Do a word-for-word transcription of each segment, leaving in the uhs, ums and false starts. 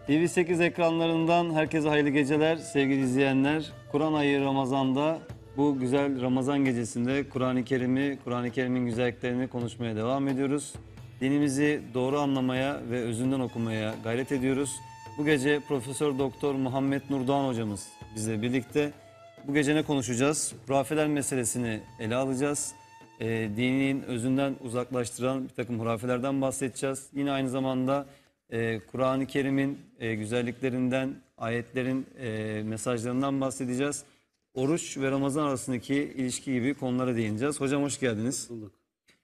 T V sekiz ekranlarından herkese hayırlı geceler sevgili izleyenler. Kur'an ayı Ramazan'da bu güzel Ramazan gecesinde Kur'an-ı Kerim'i, Kur'an-ı Kerim'in güzelliklerini konuşmaya devam ediyoruz. Dinimizi doğru anlamaya ve özünden okumaya gayret ediyoruz. Bu gece Profesör Doktor Muhammed Nurdoğan hocamız bizle birlikte. Bu gece ne konuşacağız? Hurafeler meselesini ele alacağız. E, dinin özünden uzaklaştıran bir takım hurafelerden bahsedeceğiz. Yine aynı zamanda e, Kur'an-ı Kerim'in e, güzelliklerinden, ayetlerin e, mesajlarından bahsedeceğiz. Oruç ve Ramazan arasındaki ilişki gibi konulara değineceğiz. Hocam hoş geldiniz. Bulduk.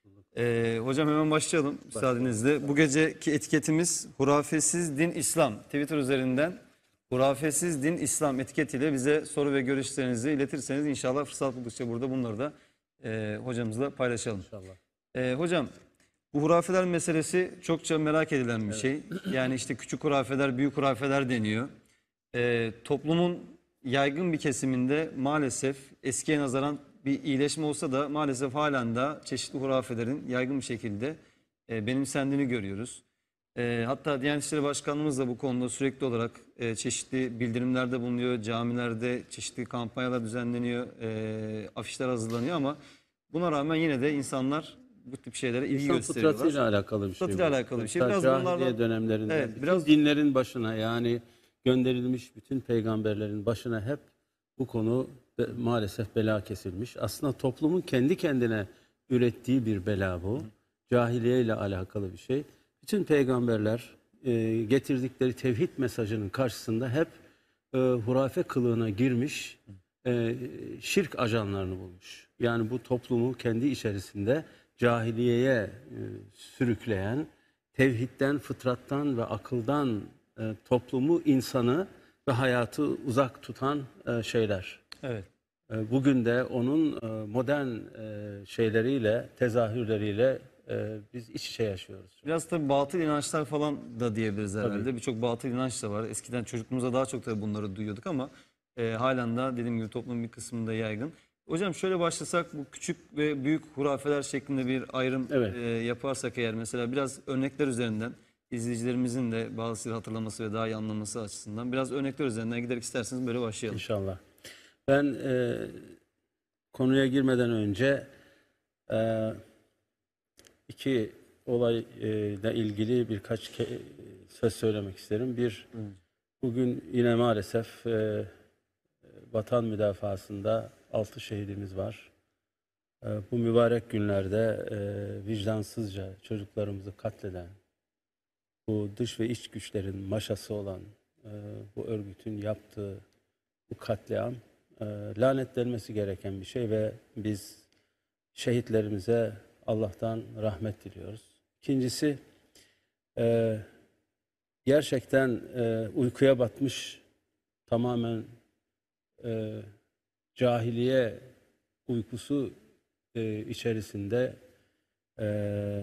E, hocam hemen başlayalım müsaadenizle. Bu geceki etiketimiz Hurafesiz Din İslam. Twitter üzerinden Hurafesiz Din İslam etiketiyle bize soru ve görüşlerinizi iletirseniz inşallah fırsat buldukça burada bunları da e, hocamızla paylaşalım. İnşallah. E, hocam bu hurafeler meselesi çokça merak edilen bir Evet. şey. Yani işte küçük hurafeler, büyük hurafeler deniyor. E, toplumun yaygın bir kesiminde maalesef eskiye nazaran bir iyileşme olsa da maalesef halen de çeşitli hurafelerin yaygın bir şekilde e, benimsendiğini görüyoruz. E, hatta Diyanet İşleri Başkanlığımız da bu konuda sürekli olarak e, çeşitli bildirimlerde bulunuyor. Camilerde çeşitli kampanyalar düzenleniyor, e, afişler hazırlanıyor ama buna rağmen yine de insanlar bu tip şeylere ilgi İnsan gösteriyorlar. fıtratıyla alakalı bir şey. Fıtratıyla bu. alakalı bir şey. Hatta Biraz cahiliye bunlardan- dönemlerinde Evet, bütün biraz- dinlerin başına, yani gönderilmiş bütün peygamberlerin başına hep bu konu be- maalesef bela kesilmiş. Aslında toplumun kendi kendine ürettiği bir bela bu. Cahiliye ile alakalı bir şey. Bütün peygamberler e, getirdikleri tevhid mesajının karşısında hep e, hurafe kılığına girmiş, e, şirk ajanlarını bulmuş. Yani bu toplumu kendi içerisinde cahiliyeye e, sürükleyen, tevhidden, fıtrattan ve akıldan e, toplumu, insanı ve hayatı uzak tutan e, şeyler. Evet. E, bugün de onun e, modern e, şeyleriyle, tezahürleriyle e, biz iç içe yaşıyoruz. Biraz tabii batıl inançlar falan da diyebiliriz herhalde. Birçok batıl inanç da var. Eskiden çocukluğumuzda daha çok tabii bunları duyuyorduk ama e, halen de dediğim gibi toplumun bir kısmında yaygın. Hocam şöyle başlasak bu küçük ve büyük hurafeler şeklinde bir ayrım Evet. e, yaparsak eğer mesela biraz örnekler üzerinden izleyicilerimizin de bazıları hatırlaması ve daha iyi anlaması açısından biraz örnekler üzerinden giderek isterseniz böyle başlayalım. İnşallah. Ben e, konuya girmeden önce e, iki olayla ilgili birkaç ke- söz söylemek isterim. Bir, bugün yine maalesef e, vatan müdafasında altı şehidimiz var. E, bu mübarek günlerde e, vicdansızca çocuklarımızı katleden, bu dış ve iç güçlerin maşası olan e, bu örgütün yaptığı bu katliam e, lanetlenmesi gereken bir şey ve biz şehitlerimize Allah'tan rahmet diliyoruz. İkincisi, e, gerçekten e, uykuya batmış, tamamen e, cahiliye uykusu e, içerisinde e,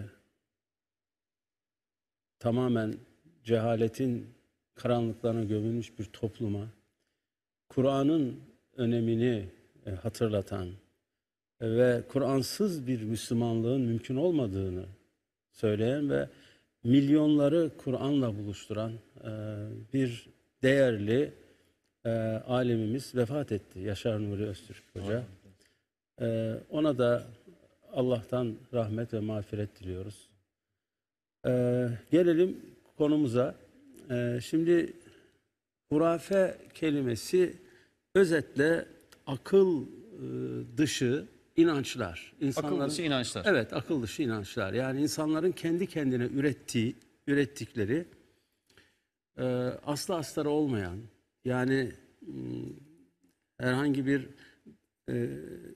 tamamen cehaletin karanlıklarına gömülmüş bir topluma Kur'an'ın önemini e, hatırlatan ve Kur'ansız bir Müslümanlığın mümkün olmadığını söyleyen ve milyonları Kur'an'la buluşturan e, bir değerli e, alemimiz vefat etti. Yaşar Nuri Öztürk Hoca. E, ona da Allah'tan rahmet ve mağfiret diliyoruz. E, gelelim konumuza. E, şimdi hurafe kelimesi özetle akıl e, dışı inançlar. İnsanların, Akıl dışı inançlar. Evet, akıl dışı inançlar. Yani insanların kendi kendine ürettiği, ürettikleri e, aslı astarı olmayan, yani m, herhangi bir e,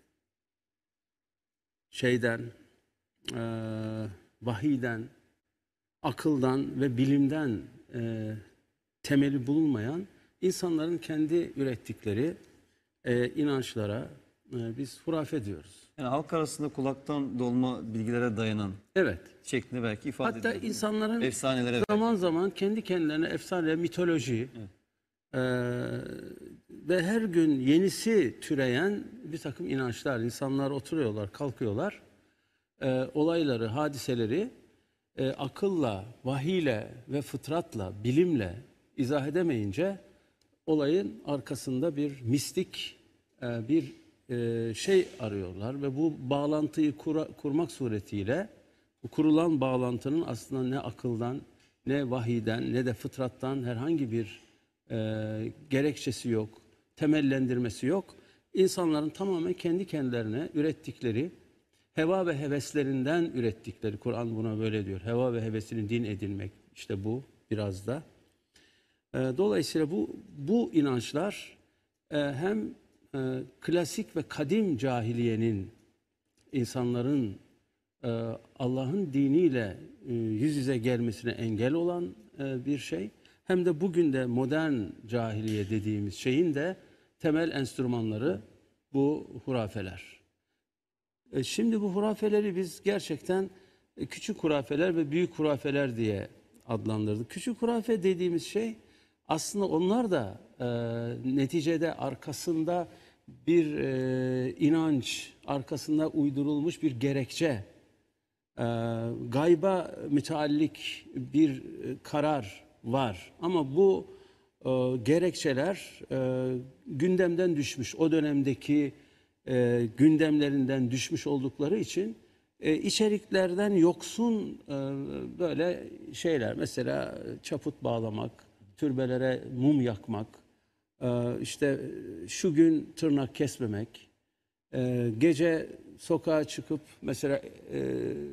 şeyden, e, vahiyden, akıldan ve bilimden e, temeli bulunmayan insanların kendi ürettikleri e, inançlara e, biz hurafe diyoruz. Yani halk arasında kulaktan dolma bilgilere dayanan Evet. şeklinde belki ifade Hatta edilebilir. insanların Efsanelere zaman zaman kendi kendilerine efsane, mitoloji e, ve her gün yenisi türeyen bir takım inançlar. İnsanlar oturuyorlar, kalkıyorlar. E, olayları, hadiseleri e, akılla, vahiyle ve fıtratla, bilimle izah edemeyince olayın arkasında bir mistik e, bir e, şey arıyorlar ve bu bağlantıyı kura, kurmak suretiyle bu kurulan bağlantının aslında ne akıldan, ne vahiyden, ne de fıtrattan herhangi bir e, gerekçesi yok, temellendirmesi yok. İnsanların tamamen kendi kendilerine ürettikleri, heva ve heveslerinden ürettikleri, Kur'an buna böyle diyor, heva ve hevesini din edinmek, işte bu biraz da. E, dolayısıyla bu, bu inançlar e, hem e, klasik ve kadim cahiliyenin, insanların e, Allah'ın diniyle e, yüz yüze gelmesine engel olan e, bir şey, hem de bugün de modern cahiliye dediğimiz şeyin de temel enstrümanları bu hurafeler. E, şimdi bu hurafeleri biz gerçekten e, küçük hurafeler ve büyük hurafeler diye adlandırdık. Küçük hurafe dediğimiz şey aslında onlar da e, neticede arkasında bir e, inanç, arkasında uydurulmuş bir gerekçe, e, gayba müteallik bir e, karar var. Ama bu e, gerekçeler e, gündemden düşmüş, o dönemdeki e, gündemlerinden düşmüş oldukları için e, içeriklerden yoksun e, böyle şeyler. Mesela çaput bağlamak, türbelere mum yakmak, e, işte şu gün tırnak kesmemek, e, gece sokağa çıkıp mesela e,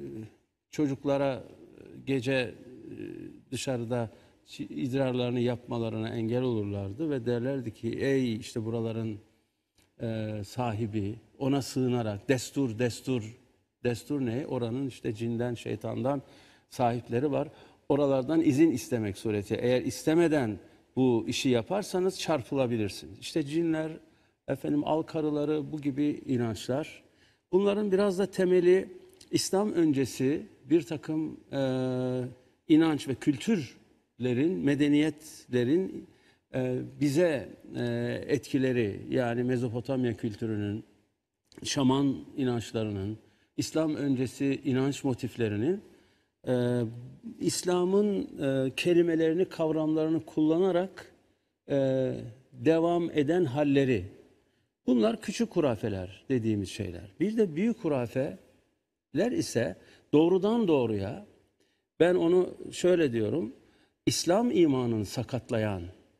çocuklara gece e, dışarıda idrarlarını yapmalarına engel olurlardı ve derlerdi ki ey işte buraların e, sahibi, ona sığınarak destur destur destur ne? Oranın işte cinden, şeytandan sahipleri var. Oralardan izin istemek suretiyle, eğer istemeden bu işi yaparsanız çarpılabilirsiniz. İşte cinler, efendim al karıları, bu gibi inançlar. Bunların biraz da temeli İslam öncesi bir takım e, inanç ve kültürlerin, medeniyetlerin e, bize e, etkileri, yani Mezopotamya kültürünün, şaman inançlarının, İslam öncesi inanç motiflerinin e, İslam'ın e, kelimelerini, kavramlarını kullanarak e, devam eden halleri. Bunlar küçük hurafeler dediğimiz şeyler. Bir de büyük hurafeler ise doğrudan doğruya, ben onu şöyle diyorum, İslam imanını sakatlayan,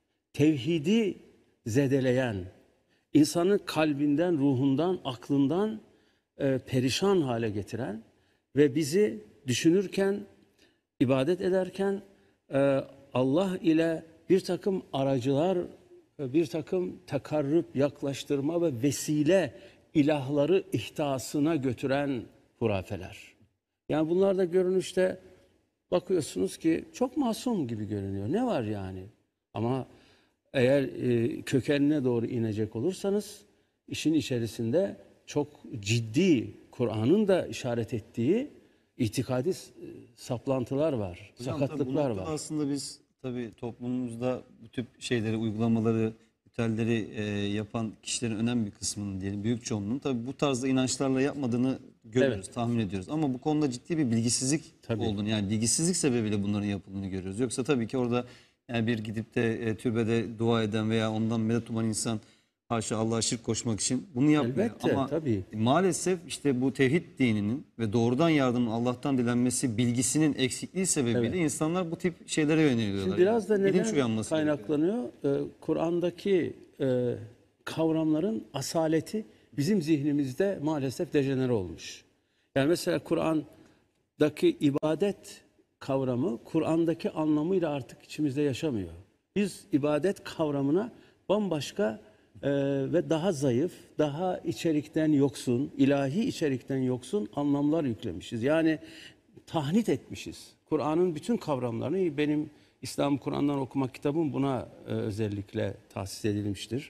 tevhidi zedeleyen, insanın kalbinden, ruhundan, aklından e, perişan hale getiren ve bizi düşünürken, ibadet ederken e, Allah ile bir takım aracılar, bir takım tekarrüp, yaklaştırma ve vesile ilahları ihtasına götüren hurafeler. Yani bunlar da görünüşte bakıyorsunuz ki çok masum gibi görünüyor. Ne var yani? Ama eğer e, kökenine doğru inecek olursanız işin içerisinde çok ciddi, Kur'an'ın da işaret ettiği itikadi saplantılar var, Hocam, sakatlıklar tabii bu noktada var. aslında biz tabii toplumumuzda bu tip şeyleri, uygulamaları, ritüelleri e, yapan kişilerin önemli bir kısmının diyelim, büyük çoğunluğunun tabii bu tarzda inançlarla yapmadığını görüyoruz, Evet. tahmin ediyoruz. Ama bu konuda ciddi bir bilgisizlik Tabii. olduğunu, yani bilgisizlik sebebiyle bunların yapıldığını görüyoruz. Yoksa tabii ki orada yani bir gidip de e, türbede dua eden veya ondan medet uman insan haşa Allah'a şirk koşmak için bunu yapmıyor. Elbette, Ama tabii. maalesef işte bu tevhid dininin ve doğrudan yardımın Allah'tan dilenmesi bilgisinin eksikliği sebebiyle Evet. insanlar bu tip şeylere yöneliyorlar. Şimdi biraz da Bilinç neden uyanması gerekiyor. kaynaklanıyor? Ee, Kur'an'daki e, kavramların asaleti bizim zihnimizde maalesef dejenere olmuş. Yani mesela Kur'an'daki ibadet kavramı Kur'an'daki anlamıyla artık içimizde yaşamıyor. Biz ibadet kavramına bambaşka e, ve daha zayıf, daha içerikten yoksun, ilahi içerikten yoksun anlamlar yüklemişiz. Yani tahnit etmişiz. Kur'an'ın bütün kavramlarını, benim İslam Kur'an'dan okumak kitabım buna e, özellikle tahsis edilmiştir.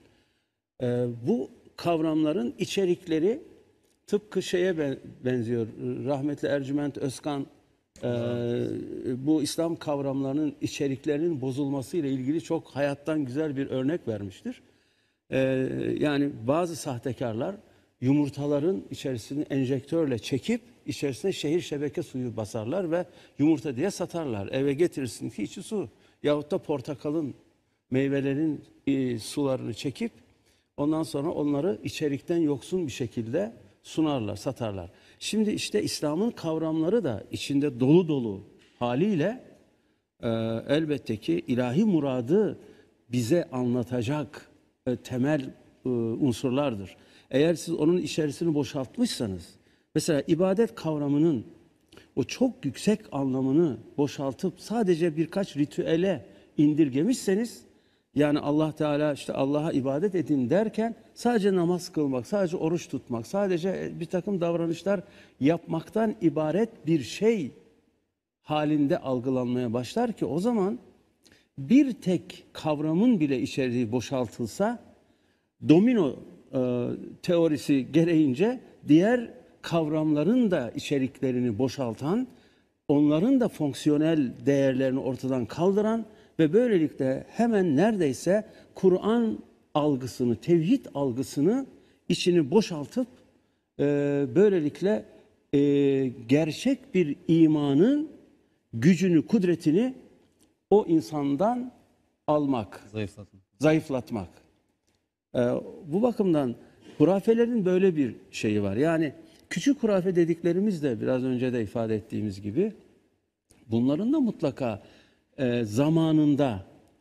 E, bu kavramların içerikleri tıpkı şeye ben- benziyor. Rahmetli Ercüment Özkan e, bu İslam kavramlarının içeriklerinin bozulmasıyla ilgili çok hayattan güzel bir örnek vermiştir. E, yani bazı sahtekarlar yumurtaların içerisini enjektörle çekip içerisine şehir şebeke suyu basarlar ve yumurta diye satarlar. Eve getirirsin ki içi su. Yahut da portakalın meyvelerin e, sularını çekip ondan sonra onları içerikten yoksun bir şekilde sunarlar, satarlar. Şimdi işte İslam'ın kavramları da içinde dolu dolu haliyle e, elbette ki ilahi muradı bize anlatacak e, temel e, unsurlardır. Eğer siz onun içerisini boşaltmışsanız, mesela ibadet kavramının o çok yüksek anlamını boşaltıp sadece birkaç ritüele indirgemişseniz, yani Allah Teala işte Allah'a ibadet edin derken sadece namaz kılmak, sadece oruç tutmak, sadece bir takım davranışlar yapmaktan ibaret bir şey halinde algılanmaya başlar ki o zaman bir tek kavramın bile içeriği boşaltılsa domino e, teorisi gereğince diğer kavramların da içeriklerini boşaltan, onların da fonksiyonel değerlerini ortadan kaldıran ve böylelikle hemen neredeyse Kur'an algısını, tevhid algısını içini boşaltıp e, böylelikle e, gerçek bir imanın gücünü, kudretini o insandan almak, Zayıflatın. zayıflatmak. E, bu bakımdan hurafelerin böyle bir şeyi var. Yani küçük hurafe dediklerimiz de biraz önce de ifade ettiğimiz gibi bunların da mutlaka e, zamanında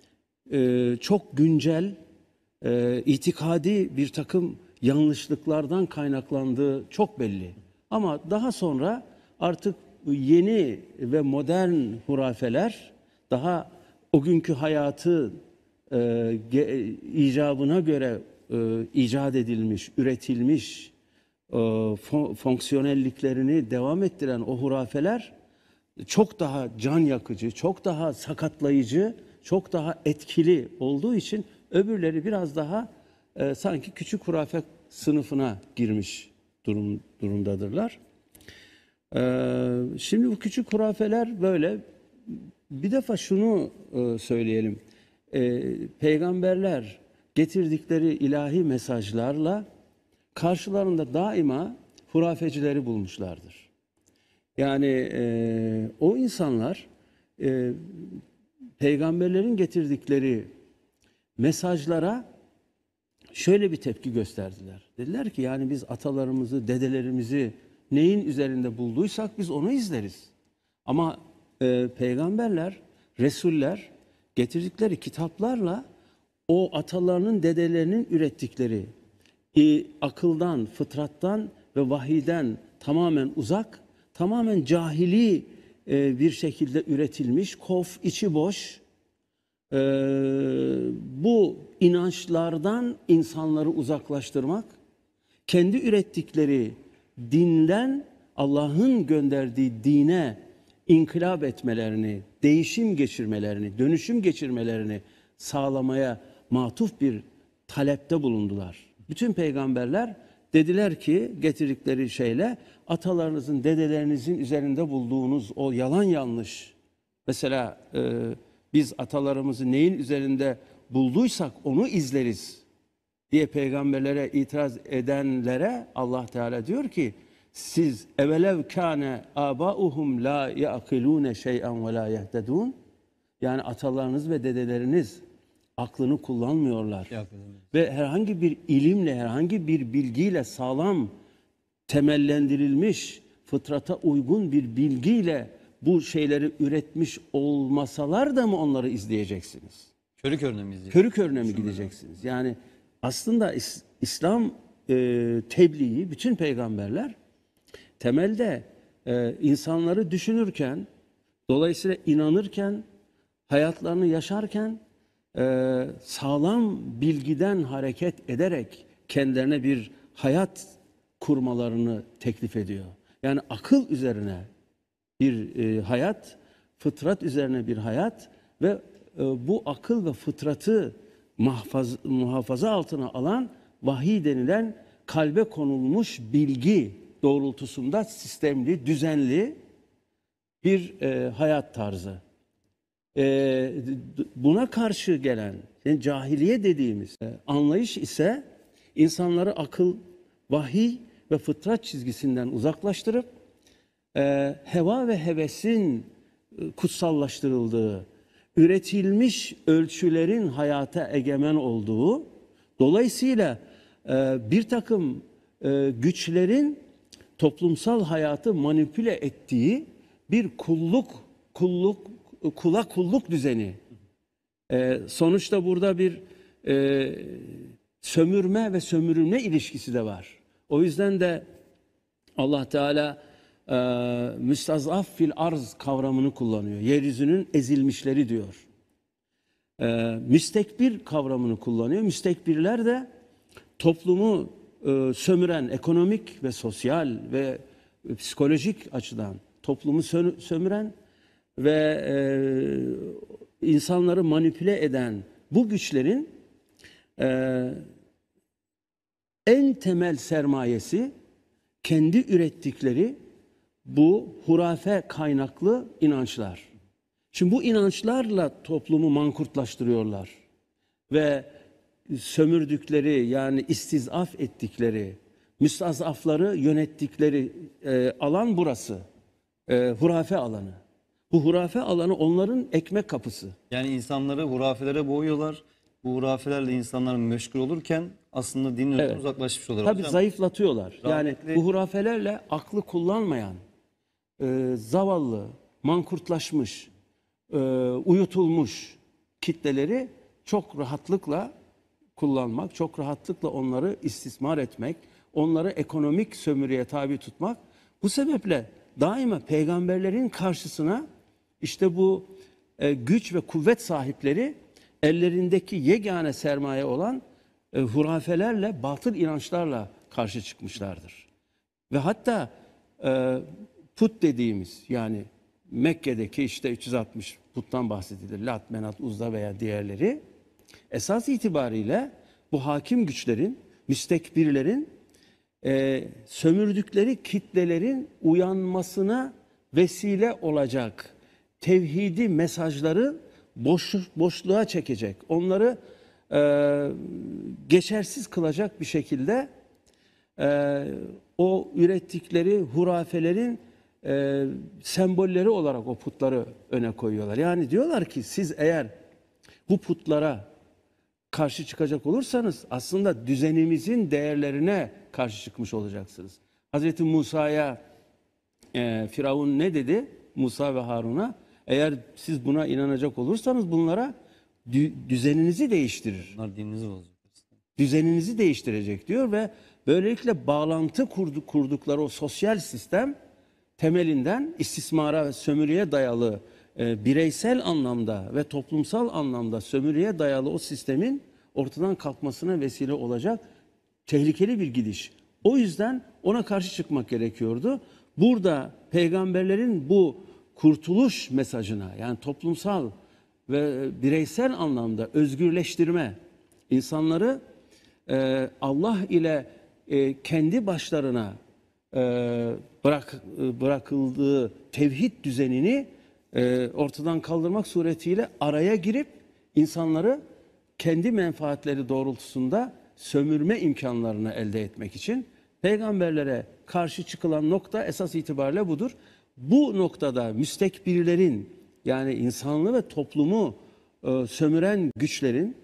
e, çok güncel, e, itikadi bir takım yanlışlıklardan kaynaklandığı çok belli. Ama daha sonra artık yeni ve modern hurafeler daha o günkü hayatı e, ge, icabına göre e, icat edilmiş, üretilmiş, e, fon, fonksiyonelliklerini devam ettiren o hurafeler çok daha can yakıcı, çok daha sakatlayıcı, çok daha etkili olduğu için öbürleri biraz daha e, sanki küçük hurafe sınıfına girmiş durum, durumdadırlar. E, şimdi bu küçük hurafeler böyle. Bir defa şunu e, söyleyelim. E, peygamberler getirdikleri ilahi mesajlarla karşılarında daima hurafecileri bulmuşlardır. Yani e, o insanlar e, peygamberlerin getirdikleri mesajlara şöyle bir tepki gösterdiler. Dediler ki yani biz atalarımızı, dedelerimizi neyin üzerinde bulduysak biz onu izleriz. Ama e, peygamberler, resuller getirdikleri kitaplarla o atalarının, dedelerinin ürettikleri e, akıldan, fıtrattan ve vahiyden tamamen uzak, tamamen cahili e, bir şekilde üretilmiş, kof, içi boş, e, bu inançlardan insanları uzaklaştırmak, kendi ürettikleri dinden Allah'ın gönderdiği dine inkılap etmelerini, değişim geçirmelerini, dönüşüm geçirmelerini sağlamaya matuf bir talepte bulundular. Bütün peygamberler dediler ki getirdikleri şeyle atalarınızın, dedelerinizin üzerinde bulduğunuz o yalan yanlış, mesela e, biz atalarımızı neyin üzerinde bulduysak onu izleriz diye peygamberlere itiraz edenlere Allah Teala diyor ki siz evelev kâne âbâuhum lâ ya'kilûne şey'en ve lâ yehtedûn, yani atalarınız ve dedeleriniz aklını kullanmıyorlar ve herhangi bir ilimle, herhangi bir bilgiyle, sağlam temellendirilmiş, fıtrata uygun bir bilgiyle bu şeyleri üretmiş olmasalar da mı onları izleyeceksiniz? Körü körüne mi izleyeceksiniz? Körü körüne mi gideceksiniz? Yani aslında İs İslam e, tebliği, bütün peygamberler temelde e, insanları düşünürken, dolayısıyla inanırken, hayatlarını yaşarken e, sağlam bilgiden hareket ederek kendilerine bir hayat kurmalarını teklif ediyor. Yani akıl üzerine bir e, hayat, fıtrat üzerine bir hayat ve e, bu akıl ve fıtratı muhafaza, muhafaza altına alan vahiy denilen kalbe konulmuş bilgi doğrultusunda sistemli, düzenli bir e, hayat tarzı. E, buna karşı gelen yani cahiliye dediğimiz e, anlayış ise insanları akıl, vahiy ve fıtrat çizgisinden uzaklaştırıp e, heva ve hevesin e, kutsallaştırıldığı, üretilmiş ölçülerin hayata egemen olduğu, dolayısıyla e, bir takım e, güçlerin toplumsal hayatı manipüle ettiği bir kulluk, kulluk, kula kulluk düzeni. E, sonuçta burada bir e, sömürme ve sömürülme ilişkisi de var. O yüzden de Allah Teala e, müstazaf fil arz kavramını kullanıyor. Yeryüzünün ezilmişleri diyor. E, müstekbir kavramını kullanıyor. Müstekbirler de toplumu e, sömüren, ekonomik ve sosyal ve psikolojik açıdan toplumu sö- sömüren ve e, insanları manipüle eden bu güçlerin e, en temel sermayesi kendi ürettikleri bu hurafe kaynaklı inançlar. Şimdi bu inançlarla toplumu mankurtlaştırıyorlar ve sömürdükleri, yani istizaf ettikleri, müstazafları yönettikleri e, alan burası. E, hurafe alanı. Bu hurafe alanı onların ekmek kapısı. Yani insanları hurafelere boğuyorlar. Bu hurafelerle insanlar meşgul olurken aslında dinin Evet. uzaklaşmış oluyorlar. Tabii Hocam, zayıflatıyorlar. Yani rahmetli- bu hurafelerle aklı kullanmayan, e, zavallı, mankurtlaşmış, e, uyutulmuş kitleleri çok rahatlıkla kullanmak, çok rahatlıkla onları istismar etmek, onları ekonomik sömürüye tabi tutmak. Bu sebeple daima peygamberlerin karşısına işte bu e, güç ve kuvvet sahipleri ellerindeki yegane sermaye olan e, hurafelerle, batıl inançlarla karşı çıkmışlardır. Ve hatta e, put dediğimiz, yani Mekke'deki işte üç yüz altmış puttan bahsedilir. Lat, Menat, Uzza veya diğerleri. Esas itibariyle bu hakim güçlerin, müstekbirlerin e, sömürdükleri kitlelerin uyanmasına vesile olacak tevhidi mesajları boş, boşluğa çekecek, onları e, geçersiz kılacak bir şekilde e, o ürettikleri hurafelerin e, sembolleri olarak o putları öne koyuyorlar. Yani diyorlar ki siz eğer bu putlara karşı çıkacak olursanız aslında düzenimizin değerlerine karşı çıkmış olacaksınız. Hazreti Musa'ya e, Firavun ne dedi? Musa ve Harun'a, eğer siz buna inanacak olursanız bunlara dü- düzeninizi değiştirir. Bunlar dininizi bozacak. Düzeninizi değiştirecek diyor ve böylelikle bağlantı kurdu, kurdukları o sosyal sistem temelinden istismara ve sömürüye dayalı e, bireysel anlamda ve toplumsal anlamda sömürüye dayalı o sistemin ortadan kalkmasına vesile olacak tehlikeli bir gidiş. O yüzden ona karşı çıkmak gerekiyordu. Burada peygamberlerin bu kurtuluş mesajına, yani toplumsal ve bireysel anlamda özgürleştirme, insanları e, Allah ile e, kendi başlarına e, bırak, e, bırakıldığı tevhid düzenini e, ortadan kaldırmak suretiyle araya girip insanları kendi menfaatleri doğrultusunda sömürme imkanlarını elde etmek için peygamberlere karşı çıkılan nokta esas itibariyle budur. Bu noktada müstekbirlerin, yani insanlığı ve toplumu e, sömüren güçlerin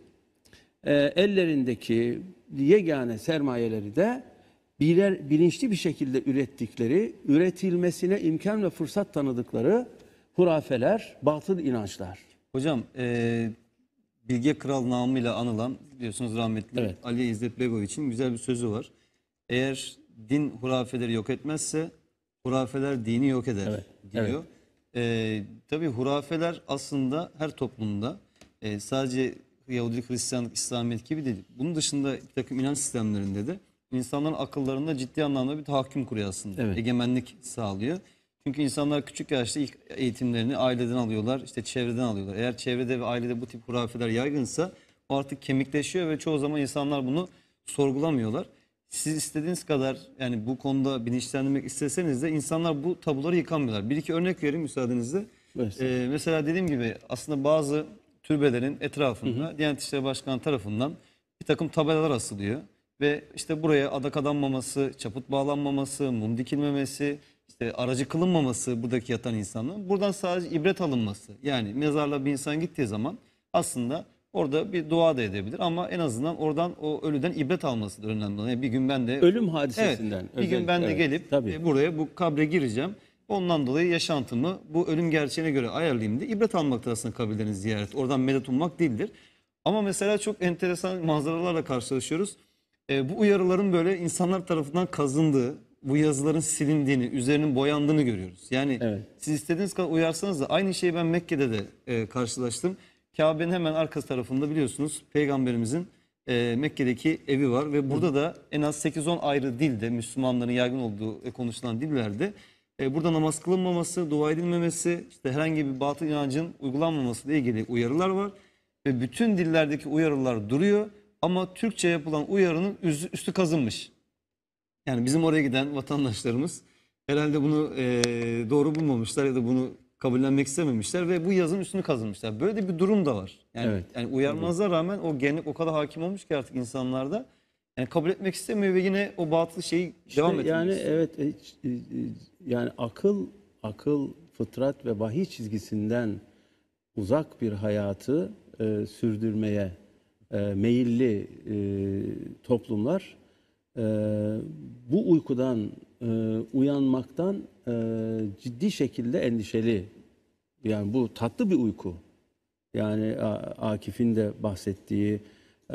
e, ellerindeki yegane sermayeleri de biler, bilinçli bir şekilde ürettikleri, üretilmesine imkan ve fırsat tanıdıkları hurafeler, batıl inançlar. Hocam, e, Bilge Kral namıyla anılan, biliyorsunuz rahmetli Evet. Ali İzzet Begoviç'in güzel bir sözü var. Eğer din hurafeleri yok etmezse hurafeler dini yok eder Evet, diyor. E, tabii hurafeler aslında her toplumda e, sadece Yahudilik, Hristiyanlık, İslamiyet gibi değil. Bunun dışında bir takım inanç sistemlerinde de insanların akıllarında ciddi anlamda bir tahakküm kuruyor aslında. Evet. Egemenlik sağlıyor. Çünkü insanlar küçük yaşta ilk eğitimlerini aileden alıyorlar, işte çevreden alıyorlar. Eğer çevrede ve ailede bu tip hurafeler yaygınsa o artık kemikleşiyor ve çoğu zaman insanlar bunu sorgulamıyorlar. Siz istediğiniz kadar, yani bu konuda bilinçlendirmek isteseniz de insanlar bu tabuları yıkamıyorlar. Bir iki örnek vereyim müsaadenizle. Evet. Ee, mesela dediğim gibi aslında bazı türbelerin etrafında hı hı. Diyanet İşleri Başkanı tarafından bir takım tabelalar asılıyor. Ve işte buraya adak adanmaması, çaput bağlanmaması, mum dikilmemesi, işte aracı kılınmaması buradaki yatan insanların, buradan sadece ibret alınması. Yani mezarlığa bir insan gittiği zaman aslında orada bir dua da edebilir ama en azından oradan o ölüden ibret alması da önemli. Yani bir gün ben de Ölüm evet, hadisesinden. bir gün ben de evet, gelip tabii. e, buraya bu kabre gireceğim. Ondan dolayı yaşantımı bu ölüm gerçeğine göre ayarlayayım diye ibret almaktır aslında kabirlerin ziyaret. Oradan medet ummak değildir. Ama mesela çok enteresan manzaralarla karşılaşıyoruz. E, bu uyarıların böyle insanlar tarafından kazındığı, bu yazıların silindiğini, üzerinin boyandığını görüyoruz. Yani Evet. siz istediğiniz kadar uyarsanız da aynı şeyi ben Mekke'de de e, karşılaştım. Kabe'nin hemen arka tarafında biliyorsunuz Peygamberimizin e, Mekke'deki evi var ve burada da en az sekiz on ayrı dilde, Müslümanların yaygın olduğu e, konuşulan dillerde e, burada namaz kılınmaması, dua edilmemesi, işte herhangi bir batıl inancın uygulanmaması ile ilgili uyarılar var. Ve bütün dillerdeki uyarılar duruyor ama Türkçe yapılan uyarının üstü, üstü kazınmış. Yani bizim oraya giden vatandaşlarımız herhalde bunu e, doğru bulmamışlar ya da bunu kabullenmek istememişler ve bu yazın üstünü kazınmışlar. Böyle de bir durum da var. Yani, Evet. yani uyarmanıza rağmen o gelenek o kadar hakim olmuş ki artık insanlarda. Yani kabul etmek istemiyor ve yine o batıl şeyi İşte devam etmek yani istiyor. evet e, e, e, yani akıl akıl fıtrat ve vahiy çizgisinden uzak bir hayatı e, sürdürmeye e, meyilli e, toplumlar e, bu uykudan e, uyanmaktan e, ciddi şekilde endişeli. Yani bu tatlı bir uyku. Yani A- Akif'in de bahsettiği e,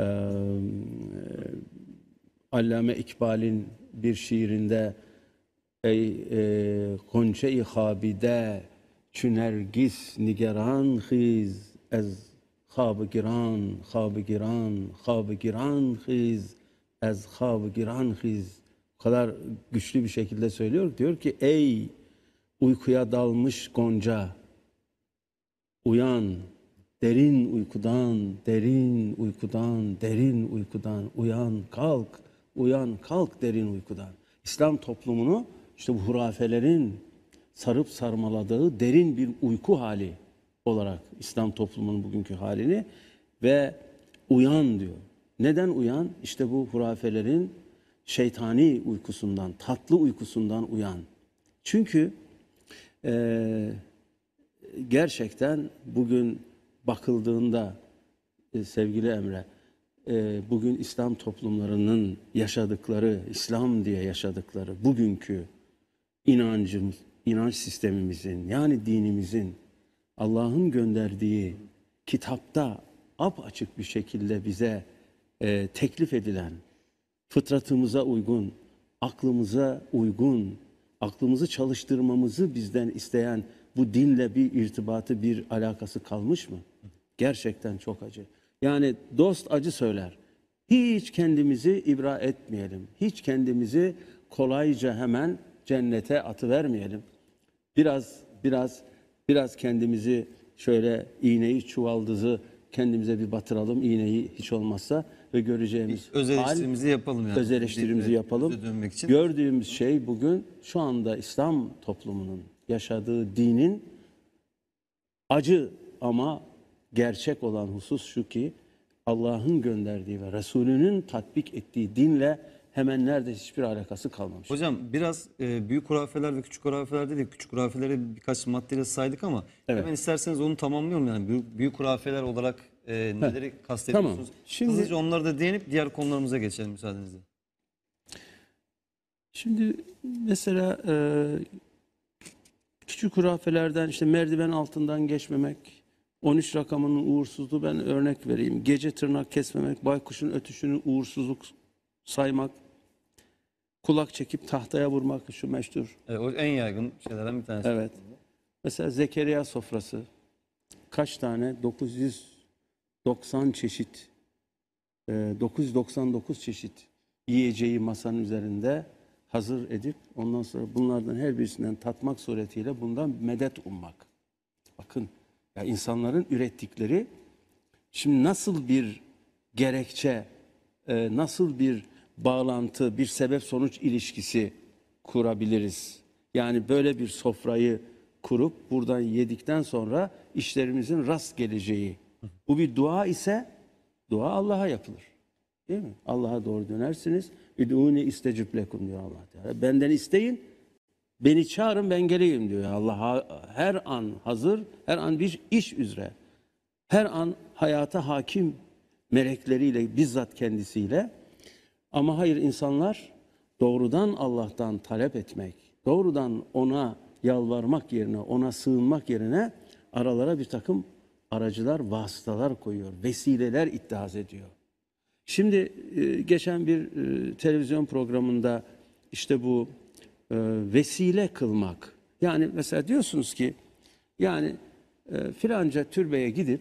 Allame İkbal'in bir şiirinde ey e, Gonca-i Habide çü nergis nigeran khiz ez khab-ı giran khab-ı giran khab-ı giran khiz ez khab-ı giran khiz. O kadar güçlü bir şekilde söylüyor. Diyor ki ey uykuya dalmış gonca, uyan, derin uykudan, derin uykudan, derin uykudan, uyan, kalk, uyan, kalk derin uykudan. İslam toplumunu işte bu hurafelerin sarıp sarmaladığı derin bir uyku hali olarak İslam toplumunun bugünkü halini ve uyan diyor. Neden uyan? İşte bu hurafelerin şeytani uykusundan, tatlı uykusundan uyan. Çünkü eee gerçekten bugün bakıldığında e, sevgili Emre, e, bugün İslam toplumlarının yaşadıkları, İslam diye yaşadıkları bugünkü inancımız, inanç sistemimizin yani dinimizin Allah'ın gönderdiği kitapta apaçık bir şekilde bize e, teklif edilen, fıtratımıza uygun, aklımıza uygun, aklımızı çalıştırmamızı bizden isteyen bu dinle bir irtibatı, bir alakası kalmış mı? Gerçekten çok acı. Yani dost acı söyler. Hiç kendimizi ibra etmeyelim. Hiç kendimizi kolayca hemen cennete atıvermeyelim. Biraz, biraz, biraz kendimizi şöyle iğneyi, çuvaldızı kendimize bir batıralım. İğneyi hiç olmazsa ve göreceğimiz Öz hal, eleştirimizi yapalım yani. öz eleştirimizi yapalım. Öze dönmek için. Gördüğümüz şey bugün şu anda İslam toplumunun yaşadığı dinin acı ama gerçek olan husus şu ki Allah'ın gönderdiği ve Resulünün tatbik ettiği dinle hemen neredeyse hiçbir alakası kalmamış. Hocam biraz e, büyük hurafeler ve küçük hurafeler dedik. Küçük hurafeleri birkaç maddeyle saydık ama Evet. hemen isterseniz onu tamamlıyorum. Yani büyük, büyük hurafeler olarak e, neleri kastediyorsunuz? Tamam. Şimdi- Hızlıca onları da değinip diğer konularımıza geçelim müsaadenizle. Şimdi mesela e, küçük hurafelerden işte merdiven altından geçmemek, on üç rakamının uğursuzluğu ben örnek vereyim. Gece tırnak kesmemek, baykuşun ötüşünü uğursuzluk saymak, kulak çekip tahtaya vurmak şu meşhur. E, o en yaygın şeylerden bir tanesi. Evet. Mesela Zekeriya sofrası kaç tane? dokuz yüz doksan çeşit, e, dokuz yüz doksan dokuz çeşit yiyeceği masanın üzerinde hazır edip ondan sonra bunlardan her birisinden tatmak suretiyle bundan medet ummak. Bakın ya insanların ürettikleri şimdi nasıl bir gerekçe, e, nasıl bir bağlantı, bir sebep sonuç ilişkisi kurabiliriz? Yani böyle bir sofrayı kurup buradan yedikten sonra işlerimizin rast geleceği. Bu bir dua ise dua Allah'a yapılır. Değil mi? Allah'a doğru dönersiniz. Üdûni istecib lekum diyor Allah Teala. Benden isteyin, Beni çağırın ben geleyim diyor. Allah ha- her an hazır, her an bir iş üzere. Her an hayata hakim melekleriyle, bizzat kendisiyle. Ama hayır, insanlar doğrudan Allah'tan talep etmek, doğrudan ona yalvarmak yerine, ona sığınmak yerine aralara bir takım aracılar, vasıtalar koyuyor, vesileler ittihaz ediyor. Şimdi e, geçen bir e, televizyon programında işte bu e, vesile kılmak. Yani mesela diyorsunuz ki yani e, filanca türbeye gidip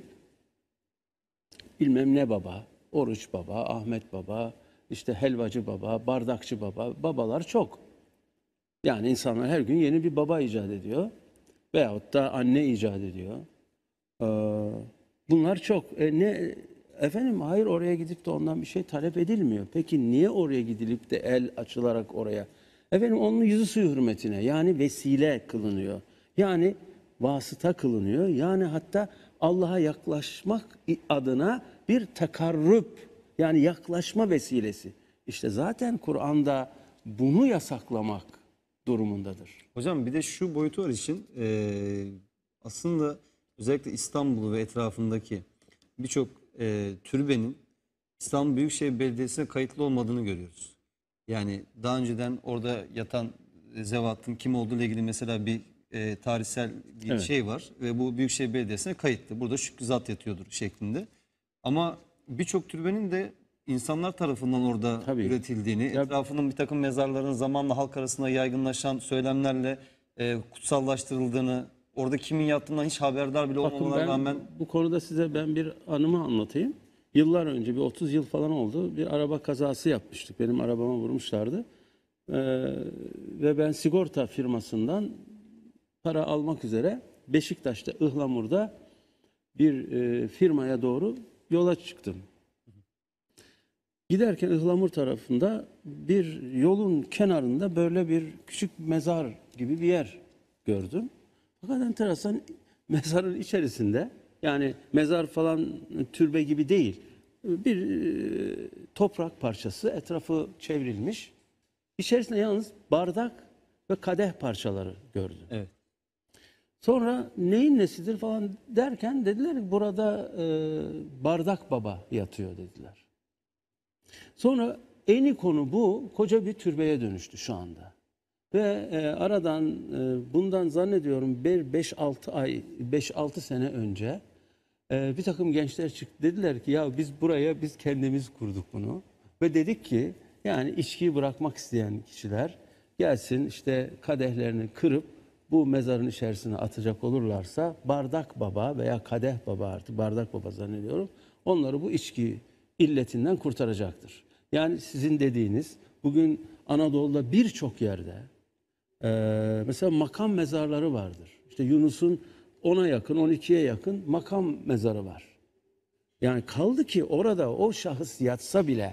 bilmem ne baba, Oruç baba, Ahmet baba, işte helvacı baba, bardakçı baba, babalar çok. Yani insanlar her gün yeni bir baba icat ediyor veyahut da anne icat ediyor. Ee, bunlar çok. E ne efendim, hayır, oraya gidip de ondan bir şey talep edilmiyor. Peki niye oraya gidilip de el açılarak oraya? Efendim onun yüzü suyu hürmetine, yani vesile kılınıyor. Yani vasıta kılınıyor. Yani hatta Allah'a yaklaşmak adına bir tekarrüp, yani yaklaşma vesilesi. İşte zaten Kur'an'da bunu yasaklamak durumundadır. Hocam bir de şu boyutu var işin. Ee, aslında özellikle İstanbul ve etrafındaki birçok e, türbenin İstanbul Büyükşehir Belediyesi'ne kayıtlı olmadığını görüyoruz. Yani daha önceden orada yatan zevatın kim olduğu ile ilgili mesela bir e, tarihsel bir Evet. şey var ve bu Büyükşehir Belediyesi'ne kayıtlı. Burada Şükrü Zat yatıyordur şeklinde. Ama birçok türbenin de insanlar tarafından orada Tabii. üretildiğini, Ya- etrafının bir takım mezarların zamanla halk arasında yaygınlaşan söylemlerle e, kutsallaştırıldığını, orada kimin yattığından hiç haberdar bile Bakın olmamalarına ben rağmen bu konuda size ben bir anımı anlatayım. Yıllar önce, bir otuz yıl falan oldu, bir araba kazası yapmıştık. Benim arabama vurmuşlardı. Ee, ve ben sigorta firmasından para almak üzere Beşiktaş'ta, Ihlamur'da bir e, firmaya doğru yola çıktım. Giderken Ihlamur tarafında bir yolun kenarında böyle bir küçük mezar gibi bir yer gördüm. Fakat enteresan, mezarın içerisinde, yani mezar falan türbe gibi değil, bir e, toprak parçası, etrafı çevrilmiş. İçerisinde yalnız bardak ve kadeh parçaları gördüm. evet. Sonra neyin nesidir falan derken dediler ki burada e, bardak baba yatıyor dediler. Sonra eni konu bu koca bir türbeye dönüştü şu anda. Ve e, aradan e, bundan zannediyorum beş altı ay, beş altı sene önce e, bir takım gençler çıktı. Dediler ki ya biz buraya biz kendimiz kurduk bunu. Ve dedik ki yani içkiyi bırakmak isteyen kişiler gelsin, işte kadehlerini kırıp bu mezarın içerisine atacak olurlarsa bardak baba veya kadeh baba, artık bardak baba zannediyorum, onları bu içki illetinden kurtaracaktır. Yani sizin dediğiniz bugün Anadolu'da birçok yerde e, mesela makam mezarları vardır. İşte Yunus'un ona yakın, on ikiye yakın makam mezarı var. Yani kaldı ki orada o şahıs yatsa bile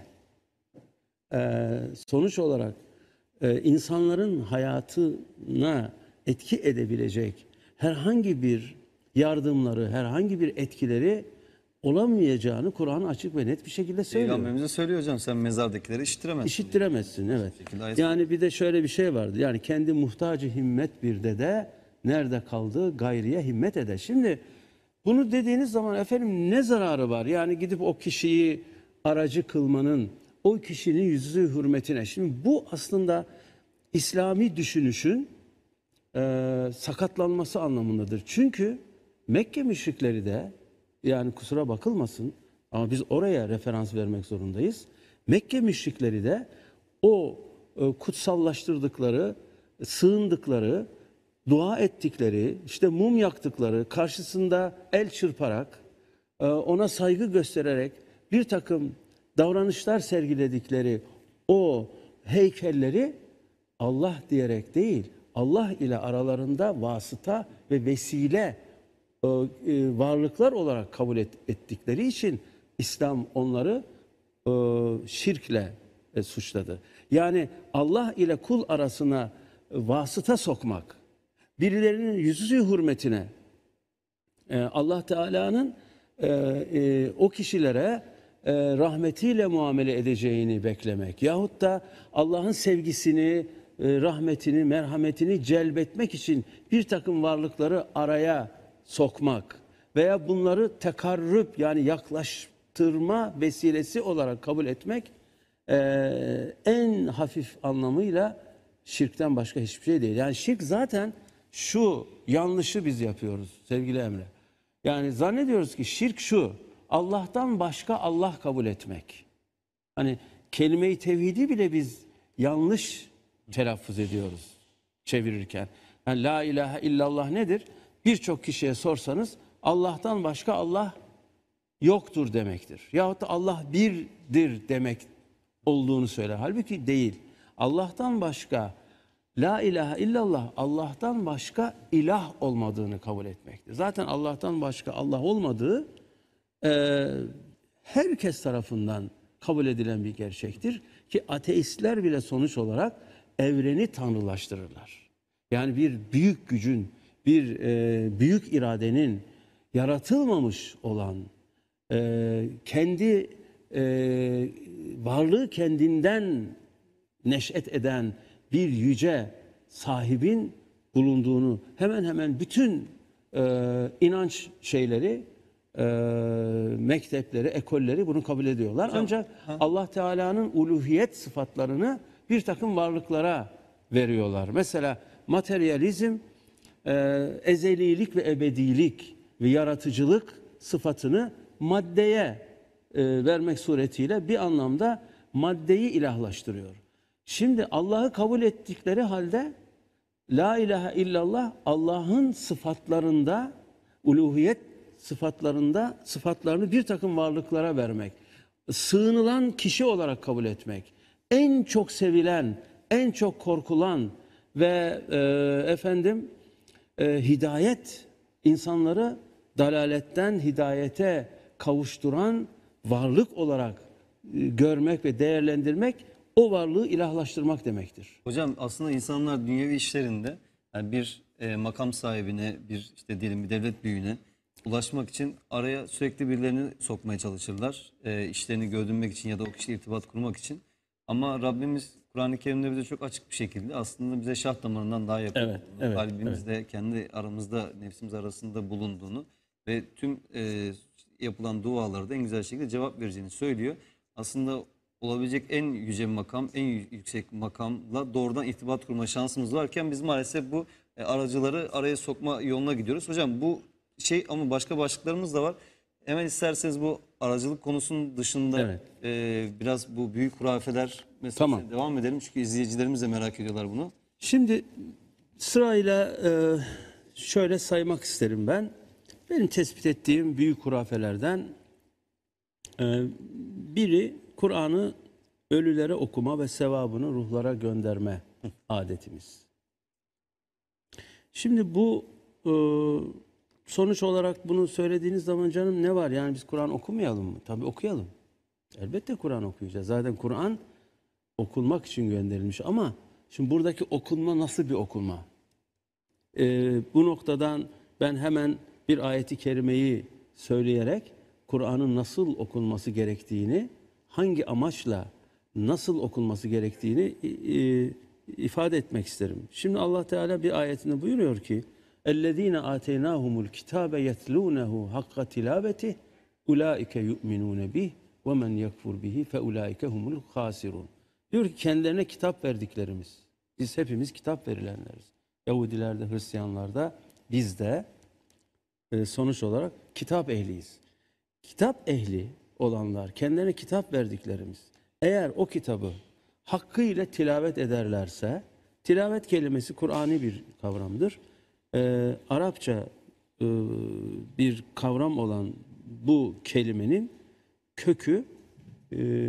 e, sonuç olarak e, insanların hayatına etki edebilecek herhangi bir yardımları, herhangi bir etkileri olamayacağını Kur'an açık ve net bir şekilde söylüyor. Peygamberimize söylüyor hocam, sen mezardakileri işitiremezsin. İşittiremezsin, evet. şekilde ayet- Yani bir de şöyle bir şey vardı. Yani kendi muhtacı himmet bir dede nerede kaldı gayriye himmet eder. Şimdi bunu dediğiniz zaman efendim ne zararı var? Yani gidip o kişiyi aracı kılmanın, o kişinin yüzü hürmetine. Şimdi bu aslında İslami düşünüşün e, sakatlanması anlamındadır. Çünkü Mekke müşrikleri de, yani kusura bakılmasın ama biz oraya referans vermek zorundayız. Mekke müşrikleri de o e, kutsallaştırdıkları, sığındıkları, dua ettikleri, işte mum yaktıkları, karşısında el çırparak, e, ona saygı göstererek bir takım davranışlar sergiledikleri o heykelleri Allah diyerek değil, Allah ile aralarında vasıta ve vesile e, e, varlıklar olarak kabul et, ettikleri için İslam onları e, şirkle e, suçladı. Yani Allah ile kul arasına e, vasıta sokmak, birilerinin yüzü hürmetine e, Allah Teala'nın e, e, o kişilere e, rahmetiyle muamele edeceğini beklemek yahut da Allah'ın sevgisini e, rahmetini, merhametini celbetmek için bir takım varlıkları araya sokmak veya bunları tekarrüp yani yaklaştırma vesilesi olarak kabul etmek e, en hafif anlamıyla şirkten başka hiçbir şey değil. Yani şirk zaten şu yanlışı biz yapıyoruz sevgili Emre. Yani zannediyoruz ki şirk şu, Allah'tan başka Allah kabul etmek. Hani kelime-i tevhidi bile biz yanlış telaffuz ediyoruz çevirirken. Yani la ilahe illallah nedir? Birçok kişiye sorsanız Allah'tan başka Allah yoktur demektir. Yahut da Allah birdir demek olduğunu söyler. Halbuki değil. Allah'tan başka la ilahe illallah Allah'tan başka ilah olmadığını kabul etmektir. Zaten Allah'tan başka Allah olmadığı e, herkes tarafından kabul edilen bir gerçektir ki ateistler bile sonuç olarak evreni tanrılaştırırlar. Yani bir büyük gücün, bir e, büyük iradenin yaratılmamış olan, e, kendi e, varlığı kendinden neş'et eden bir yüce sahibin bulunduğunu hemen hemen bütün e, inanç şeyleri, e, mektepleri, ekolleri bunu kabul ediyorlar. Hocam, Ancak ha. Allah Teala'nın uluhiyet sıfatlarını bir takım varlıklara veriyorlar. Mesela materyalizm e, ezelilik ve ebedilik ve yaratıcılık sıfatını maddeye e, vermek suretiyle bir anlamda maddeyi ilahlaştırıyor. Şimdi Allah'ı kabul ettikleri halde la ilahe illallah Allah'ın sıfatlarında, uluhiyet sıfatlarında sıfatlarını bir takım varlıklara vermek, sığınılan kişi olarak kabul etmek, en çok sevilen, en çok korkulan ve e, efendim e, hidayet, insanları dalaletten hidayete kavuşturan varlık olarak e, görmek ve değerlendirmek, o varlığı ilahlaştırmak demektir. Hocam aslında insanlar dünyevi işlerinde yani bir e, makam sahibine, bir işte diyelim bir devlet büyüğüne ulaşmak için araya sürekli birilerini sokmaya çalışırlar. E, işlerini gördürmek için ya da o kişiyle irtibat kurmak için. Ama Rabbimiz Kur'an-ı Kerim'de bize çok açık bir şekilde aslında bize şah damarından daha yakın Evet, olduğunu, evet, kalbimizde kendi aramızda, nefsimiz arasında bulunduğunu ve tüm e, yapılan dualarda en güzel şekilde cevap vereceğini söylüyor. Aslında olabilecek en yüce makam, en yüksek makamla doğrudan irtibat kurma şansımız varken biz maalesef bu e, aracıları araya sokma yoluna gidiyoruz. Hocam bu şey ama başka başlıklarımız da var. Hemen isterseniz bu aracılık konusunun dışında Evet. e, biraz bu büyük hurafeler meselesine Tamam. devam edelim. Çünkü izleyicilerimiz de merak ediyorlar bunu. Şimdi sırayla e, şöyle saymak isterim ben. Benim tespit ettiğim büyük hurafelerden e, biri Kur'an'ı ölülere okuma ve sevabını ruhlara gönderme adetimiz. Şimdi bu e, sonuç olarak bunu söylediğiniz zaman canım ne var? Yani biz Kur'an okumayalım mı? Tabii okuyalım. Elbette Kur'an okuyacağız. Zaten Kur'an okunmak için gönderilmiş ama şimdi buradaki okunma nasıl bir okunma? E, bu noktadan ben hemen bir ayeti kerimeyi söyleyerek Kur'an'ın nasıl okunması gerektiğini, hangi amaçla nasıl okunması gerektiğini e, ifade etmek isterim. Şimdi Allah Teala bir ayetinde buyuruyor ki: "Ellezîne âteynâhumul kitâbe yetlûnehu hakka tilâbetih ulaike yu'minûne bih ve men yekfur bihi fe ulaike humul khâsirûn." Diyor ki kendilerine kitap verdiklerimiz. Biz hepimiz kitap verilenleriz. Yahudilerde, Hristiyanlarda, biz de e, sonuç olarak kitap ehliyiz. Kitap ehli olanlar, kendilerine kitap verdiklerimiz, eğer o kitabı hakkıyla tilavet ederlerse, tilavet kelimesi Kur'ani bir kavramdır. Ee, Arapça e, bir kavram olan bu kelimenin kökü e,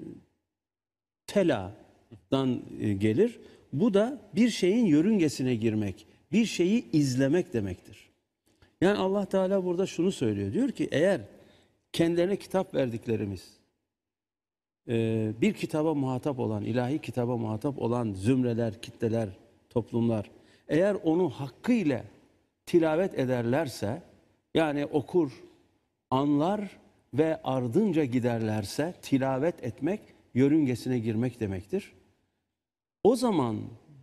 tela'dan e, gelir. Bu da bir şeyin yörüngesine girmek, bir şeyi izlemek demektir. Yani Allah Teala burada şunu söylüyor. Diyor ki eğer kendilerine kitap verdiklerimiz, bir kitaba muhatap olan, ilahi kitaba muhatap olan zümreler, kitleler, toplumlar, eğer onu hakkıyla tilavet ederlerse, yani okur, anlar ve ardınca giderlerse, tilavet etmek, yörüngesine girmek demektir. O zaman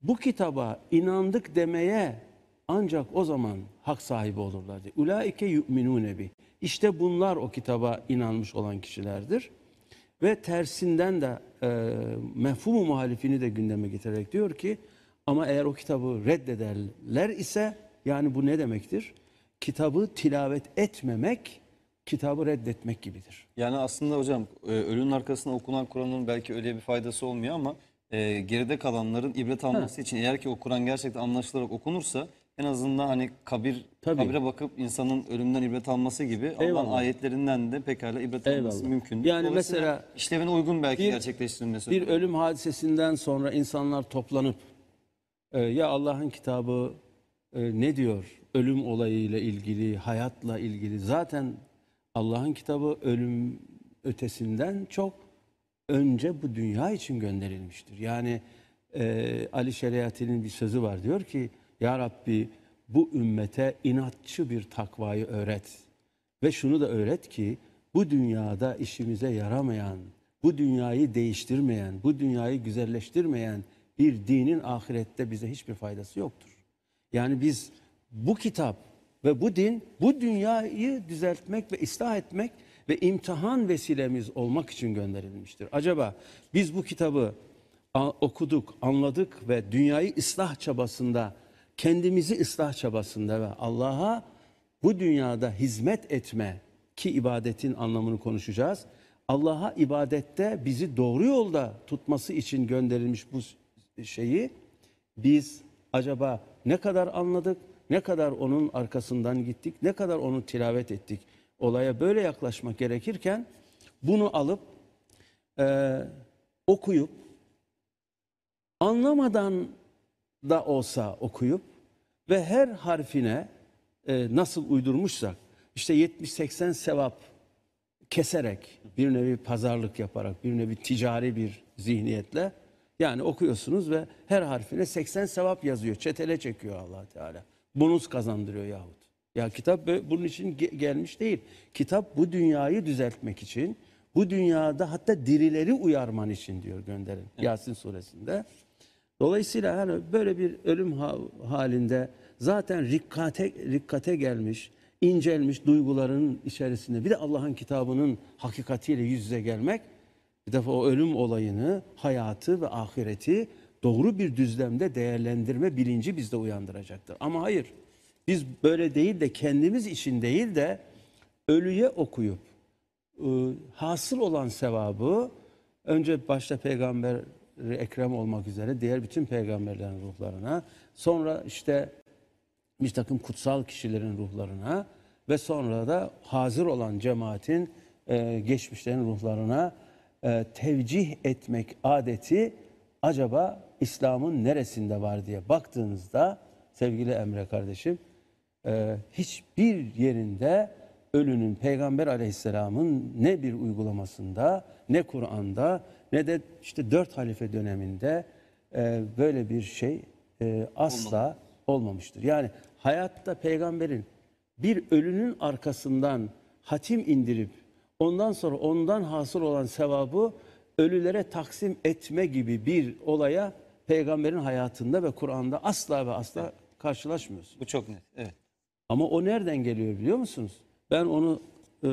bu kitaba inandık demeye ancak o zaman hak sahibi olurlar diye. Ulaike yu'minune bi. İşte bunlar o kitaba inanmış olan kişilerdir. Ve tersinden de e, mefhumu muhalifini de gündeme getirerek diyor ki ama eğer o kitabı reddederler ise yani bu ne demektir? Kitabı tilavet etmemek, kitabı reddetmek gibidir. Yani aslında hocam e, ölünün arkasına okunan Kur'an'ın belki öyle bir faydası olmuyor ama e, geride kalanların ibret alması için eğer ki o Kur'an gerçekten anlaşılarak okunursa en azından hani kabir Tabii. kabire bakıp insanın ölümden ibret alması gibi Allah'ın Eyvallah. ayetlerinden de pekala ibret alması Eyvallah. mümkün. Yani mesela işlevine uygun belki bir- gerçekleştirilmesi. Bir ölüm hadisesinden sonra insanlar toplanıp e, ya Allah'ın kitabı e, ne diyor ölüm olayıyla ilgili, hayatla ilgili. Zaten Allah'ın kitabı ölüm ötesinden çok önce bu dünya için gönderilmiştir. Yani e, Ali Şeriati'nin bir sözü var, diyor ki ya Rabbi bu ümmete inatçı bir takvayı öğret ve şunu da öğret ki bu dünyada işimize yaramayan, bu dünyayı değiştirmeyen, bu dünyayı güzelleştirmeyen bir dinin ahirette bize hiçbir faydası yoktur. Yani biz bu kitap ve bu din bu dünyayı düzeltmek ve ıslah etmek ve imtihan vesilemiz olmak için gönderilmiştir. Acaba biz bu kitabı a- okuduk, anladık ve dünyayı ıslah çabasında, kendimizi ıslah çabasında ve Allah'a bu dünyada hizmet etme ki ibadetin anlamını konuşacağız. Allah'a ibadette bizi doğru yolda tutması için gönderilmiş bu şeyi biz acaba ne kadar anladık, ne kadar onun arkasından gittik, ne kadar onu tilavet ettik? Olaya böyle yaklaşmak gerekirken bunu alıp e, okuyup anlamadan da olsa okuyup ve her harfine e, nasıl uydurmuşsak işte yetmiş seksen sevap keserek bir nevi pazarlık yaparak bir nevi ticari bir zihniyetle yani okuyorsunuz ve her harfine seksen sevap yazıyor. Çetele çekiyor Allah Teala. Bonus kazandırıyor yahut. Ya kitap bö- bunun için ge- gelmiş değil. Kitap bu dünyayı düzeltmek için, bu dünyada hatta dirileri uyarman için diyor gönderin. Yasin suresinde. Dolayısıyla hani böyle bir ölüm ha- halinde zaten rikkate, rikkate gelmiş, incelmiş duyguların içerisinde bir de Allah'ın kitabının hakikatiyle yüz yüze gelmek bir defa o ölüm olayını, hayatı ve ahireti doğru bir düzlemde değerlendirme bilinci bizde uyandıracaktır. Ama hayır, biz böyle değil de kendimiz için değil de ölüye okuyup e, hasıl olan sevabı önce başta Peygamber Ekrem olmak üzere diğer bütün peygamberlerin ruhlarına, sonra işte bir takım kutsal kişilerin ruhlarına ve sonra da hazır olan cemaatin e, geçmişlerin ruhlarına e, tevcih etmek adeti acaba İslam'ın neresinde var diye baktığınızda sevgili Emre kardeşim e, hiçbir yerinde ölünün Peygamber Aleyhisselam'ın ne bir uygulamasında ne Kur'an'da ne de işte dört halife döneminde e, böyle bir şey e, asla Olmadı. olmamıştır. Yani hayatta peygamberin bir ölünün arkasından hatim indirip ondan sonra ondan hasıl olan sevabı ölülere taksim etme gibi bir olaya peygamberin hayatında ve Kur'an'da asla ve asla evet. karşılaşmıyoruz. Bu çok net. Evet. Ama o nereden geliyor biliyor musunuz? Ben onu e,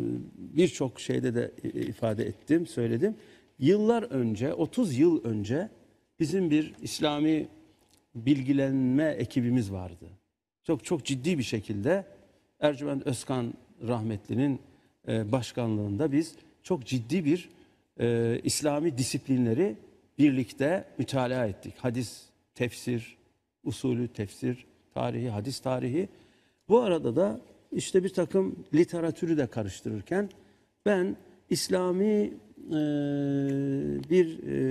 birçok şeyde de ifade ettim, söyledim. Yıllar önce, otuz yıl önce bizim bir İslami bilgilenme ekibimiz vardı. Çok çok ciddi bir şekilde Ercüment Özkan rahmetlinin e, başkanlığında biz çok ciddi bir e, İslami disiplinleri birlikte mütalaa ettik. Hadis, tefsir, usulü tefsir, tarihi, hadis tarihi. Bu arada da işte bir takım literatürü de karıştırırken ben İslami e, bir e,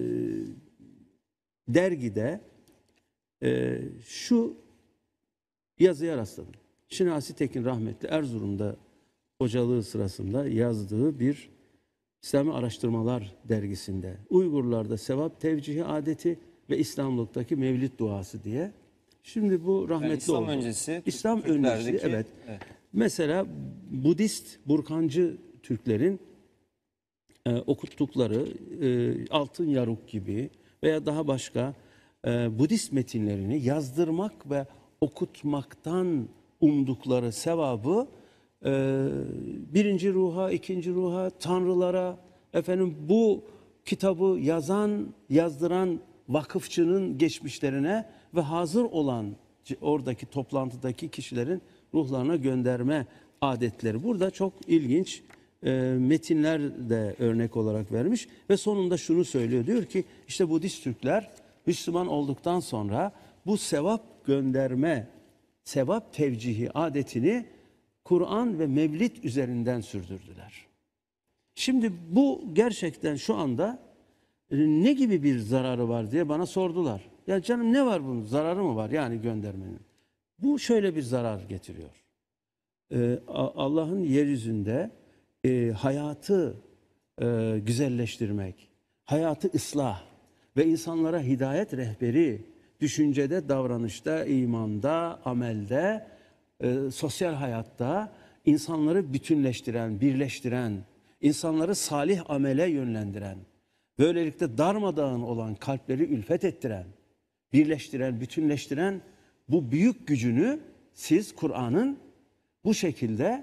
dergide e, şu yazıya rastladım. Şinasi Tekin rahmetli Erzurum'da hocalığı sırasında yazdığı bir İslami Araştırmalar dergisinde Uygurlarda sevap tevcihi adeti ve İslamlıktaki mevlid duası diye. Şimdi bu rahmetli yani İslam oldu. öncesi, İslam Türklerdeki, öncesi evet. evet. Mesela Budist Burkancı Türklerin e, okuttukları e, Altın Yaruk gibi veya daha başka e, Budist metinlerini yazdırmak ve okutmaktan umdukları sevabı e, birinci ruha, ikinci ruha, tanrılara, efendim bu kitabı yazan, yazdıran vakıfçının geçmişlerine ve hazır olan oradaki toplantıdaki kişilerin ruhlarına gönderme adetleri. Burada çok ilginç e, metinler de örnek olarak vermiş ve sonunda şunu söylüyor. Diyor ki işte Budist Türkler Müslüman olduktan sonra bu sevap gönderme, sevap tevcihi adetini Kur'an ve Mevlid üzerinden sürdürdüler. Şimdi bu gerçekten şu anda e, ne gibi bir zararı var diye bana sordular. Ya canım ne var bunun? Zararı mı var yani göndermenin? Bu şöyle bir zarar getiriyor. Ee, Allah'ın yeryüzünde e, hayatı e, güzelleştirmek, hayatı ıslah ve insanlara hidayet rehberi, düşüncede, davranışta, imanda, amelde, e, sosyal hayatta insanları bütünleştiren, birleştiren, insanları salih amele yönlendiren, böylelikle darmadağın olan kalpleri ülfet ettiren, birleştiren, bütünleştiren bu büyük gücünü siz Kur'an'ın bu şekilde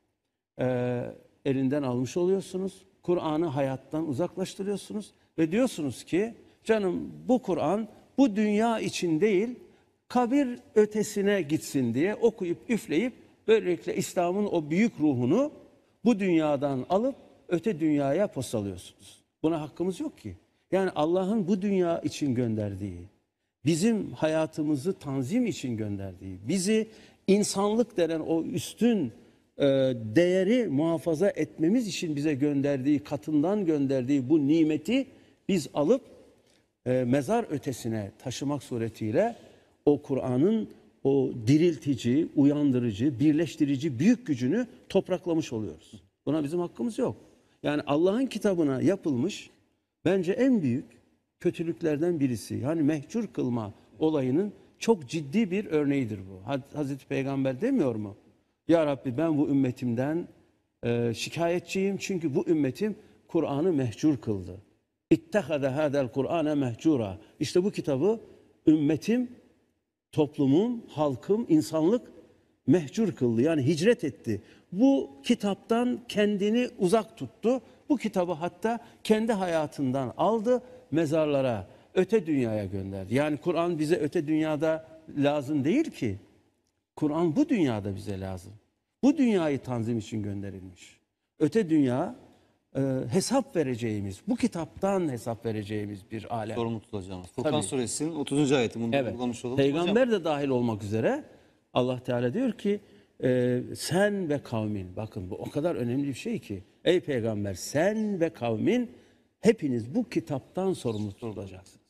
e, elinden almış oluyorsunuz. Kur'an'ı hayattan uzaklaştırıyorsunuz ve diyorsunuz ki canım bu Kur'an bu dünya için değil kabir ötesine gitsin diye okuyup üfleyip böylelikle İslam'ın o büyük ruhunu bu dünyadan alıp öte dünyaya postalıyorsunuz. Buna hakkımız yok ki. Yani Allah'ın bu dünya için gönderdiği, bizim hayatımızı tanzim için gönderdiği, bizi insanlık denen o üstün e, değeri muhafaza etmemiz için bize gönderdiği, katından gönderdiği bu nimeti biz alıp e, mezar ötesine taşımak suretiyle o Kur'an'ın o diriltici, uyandırıcı, birleştirici büyük gücünü topraklamış oluyoruz. Buna bizim hakkımız yok. Yani Allah'ın kitabına yapılmış bence en büyük kötülüklerden birisi. Yani mehcur kılma olayının çok ciddi bir örneğidir bu. Hazreti Peygamber demiyor mu? Ya Rabbi ben bu ümmetimden e, şikayetçiyim çünkü bu ümmetim Kur'an'ı mehcur kıldı. İttehade hadel Kur'ane mehcura. İşte bu kitabı ümmetim, toplumum, halkım, insanlık mehcur kıldı. Yani hicret etti. Bu kitaptan kendini uzak tuttu. Bu kitabı hatta kendi hayatından aldı, mezarlara, öte dünyaya gönderdi. Yani Kur'an bize öte dünyada lazım değil ki. Kur'an bu dünyada bize lazım. Bu dünyayı tanzim için gönderilmiş. Öte dünya e, hesap vereceğimiz, bu kitaptan hesap vereceğimiz bir alem. Sorumlu tutacağımız. Furkan Tabii. Suresinin otuzuncu ayeti. Bunu Evet. vurgulamış olalım. Peygamber Hocam, de dahil olmak üzere Allah Teala diyor ki e, sen ve kavmin, bakın bu o kadar önemli bir şey ki. Ey peygamber sen ve kavmin hepiniz bu kitaptan sorumlu tutulacaksınız.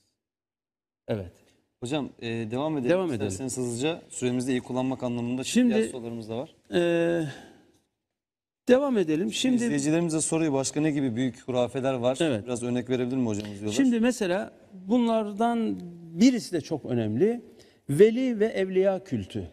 Evet. hocam e, devam edelim. Devam edelim. İsterseniz hızlıca süremizi iyi kullanmak anlamında Şimdi- diğer sorularımız da var. Ee, devam edelim. Şimdi İzleyicilerimize soruyor, başka ne gibi büyük hurafeler var? Evet. Biraz örnek verebilir mi hocamız diyorlar. şimdi mesela bunlardan birisi de çok önemli. Veli ve evliya kültü.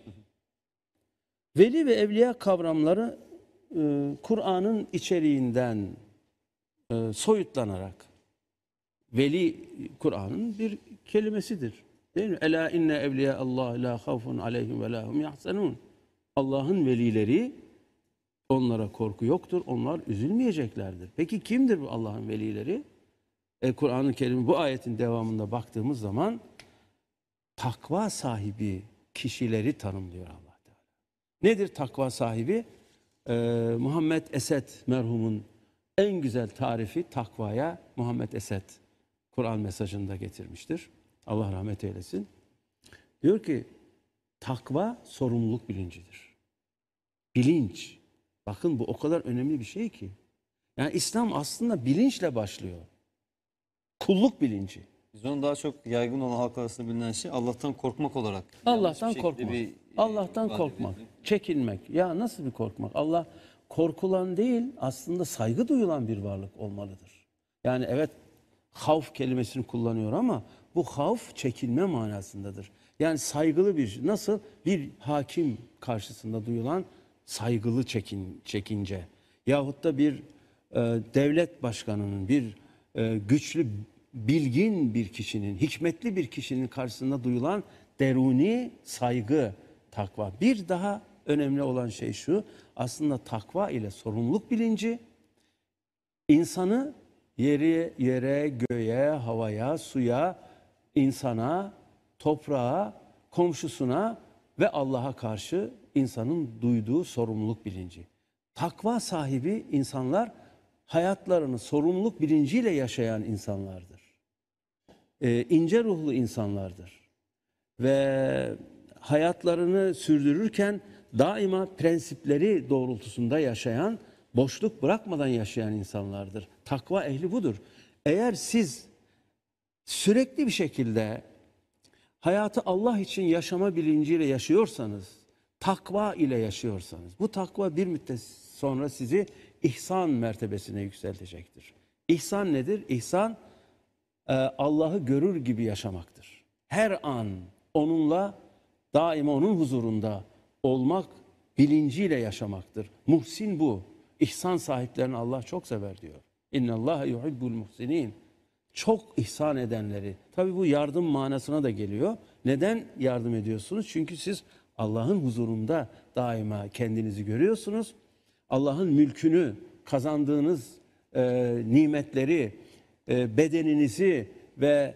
Veli ve evliya kavramları e, Kur'an'ın içeriğinden e, soyutlanarak, veli Kur'an'ın bir kelimesidir. Değil mi? Ela inne evliya Allah la havfun aleyhim ve la hum yahzanun. Allah'ın velileri, onlara korku yoktur, onlar üzülmeyeceklerdir. Peki kimdir bu Allah'ın velileri? E, Kur'an-ı Kerim bu ayetin devamında baktığımız zaman takva sahibi kişileri tanımlıyor Allah Teala. Nedir takva sahibi? Ee, Muhammed Esed merhumun en güzel tarifi takvaya Muhammed Esed Kur'an mesajında getirmiştir. Allah rahmet eylesin. Diyor ki takva sorumluluk bilincidir. Bilinç. Bakın bu o kadar önemli bir şey ki. Yani İslam aslında bilinçle başlıyor. Kulluk bilinci. Biz onu daha çok yaygın olan halk arasında bilinen şey Allah'tan korkmak olarak. Allah'tan yanlış bir şekilde korkmak. bir, e, Allah'tan ifade korkmak. edildi. Çekinmek. Ya nasıl bir korkmak? Allah korkulan değil, aslında saygı duyulan bir varlık olmalıdır. Yani evet havf kelimesini kullanıyor ama bu havf çekinme manasındadır. Yani saygılı bir, nasıl bir hakim karşısında duyulan saygılı çekin, çekince. Yahut da bir e, devlet başkanının, bir e, güçlü bilgin bir kişinin, hikmetli bir kişinin karşısında duyulan deruni saygı, takva. Bir daha önemli olan şey şu, aslında takva ile sorumluluk bilinci insanı yere, yere, göğe, havaya, suya, insana, toprağa, komşusuna ve Allah'a karşı insanın duyduğu sorumluluk bilinci. Takva sahibi insanlar hayatlarını sorumluluk bilinciyle yaşayan insanlardır. Ee, ince ruhlu insanlardır. Ve hayatlarını sürdürürken daima prensipleri doğrultusunda yaşayan, boşluk bırakmadan yaşayan insanlardır. Takva ehli budur. Eğer siz sürekli bir şekilde hayatı Allah için yaşama bilinciyle yaşıyorsanız, takva ile yaşıyorsanız, bu takva bir müddet sonra sizi ihsan mertebesine yükseltecektir. İhsan nedir? İhsan e, Allah'ı görür gibi yaşamaktır. Her an onunla, daima onun huzurunda olmak bilinciyle yaşamaktır. Muhsin bu. İhsan sahiplerini Allah çok sever diyor. İnnallâhe yuhibbul muhsinin. Çok ihsan edenleri. Tabii bu yardım manasına da geliyor. Neden yardım ediyorsunuz? Çünkü siz Allah'ın huzurunda daima kendinizi görüyorsunuz. Allah'ın mülkünü, kazandığınız e, nimetleri, e, bedeninizi ve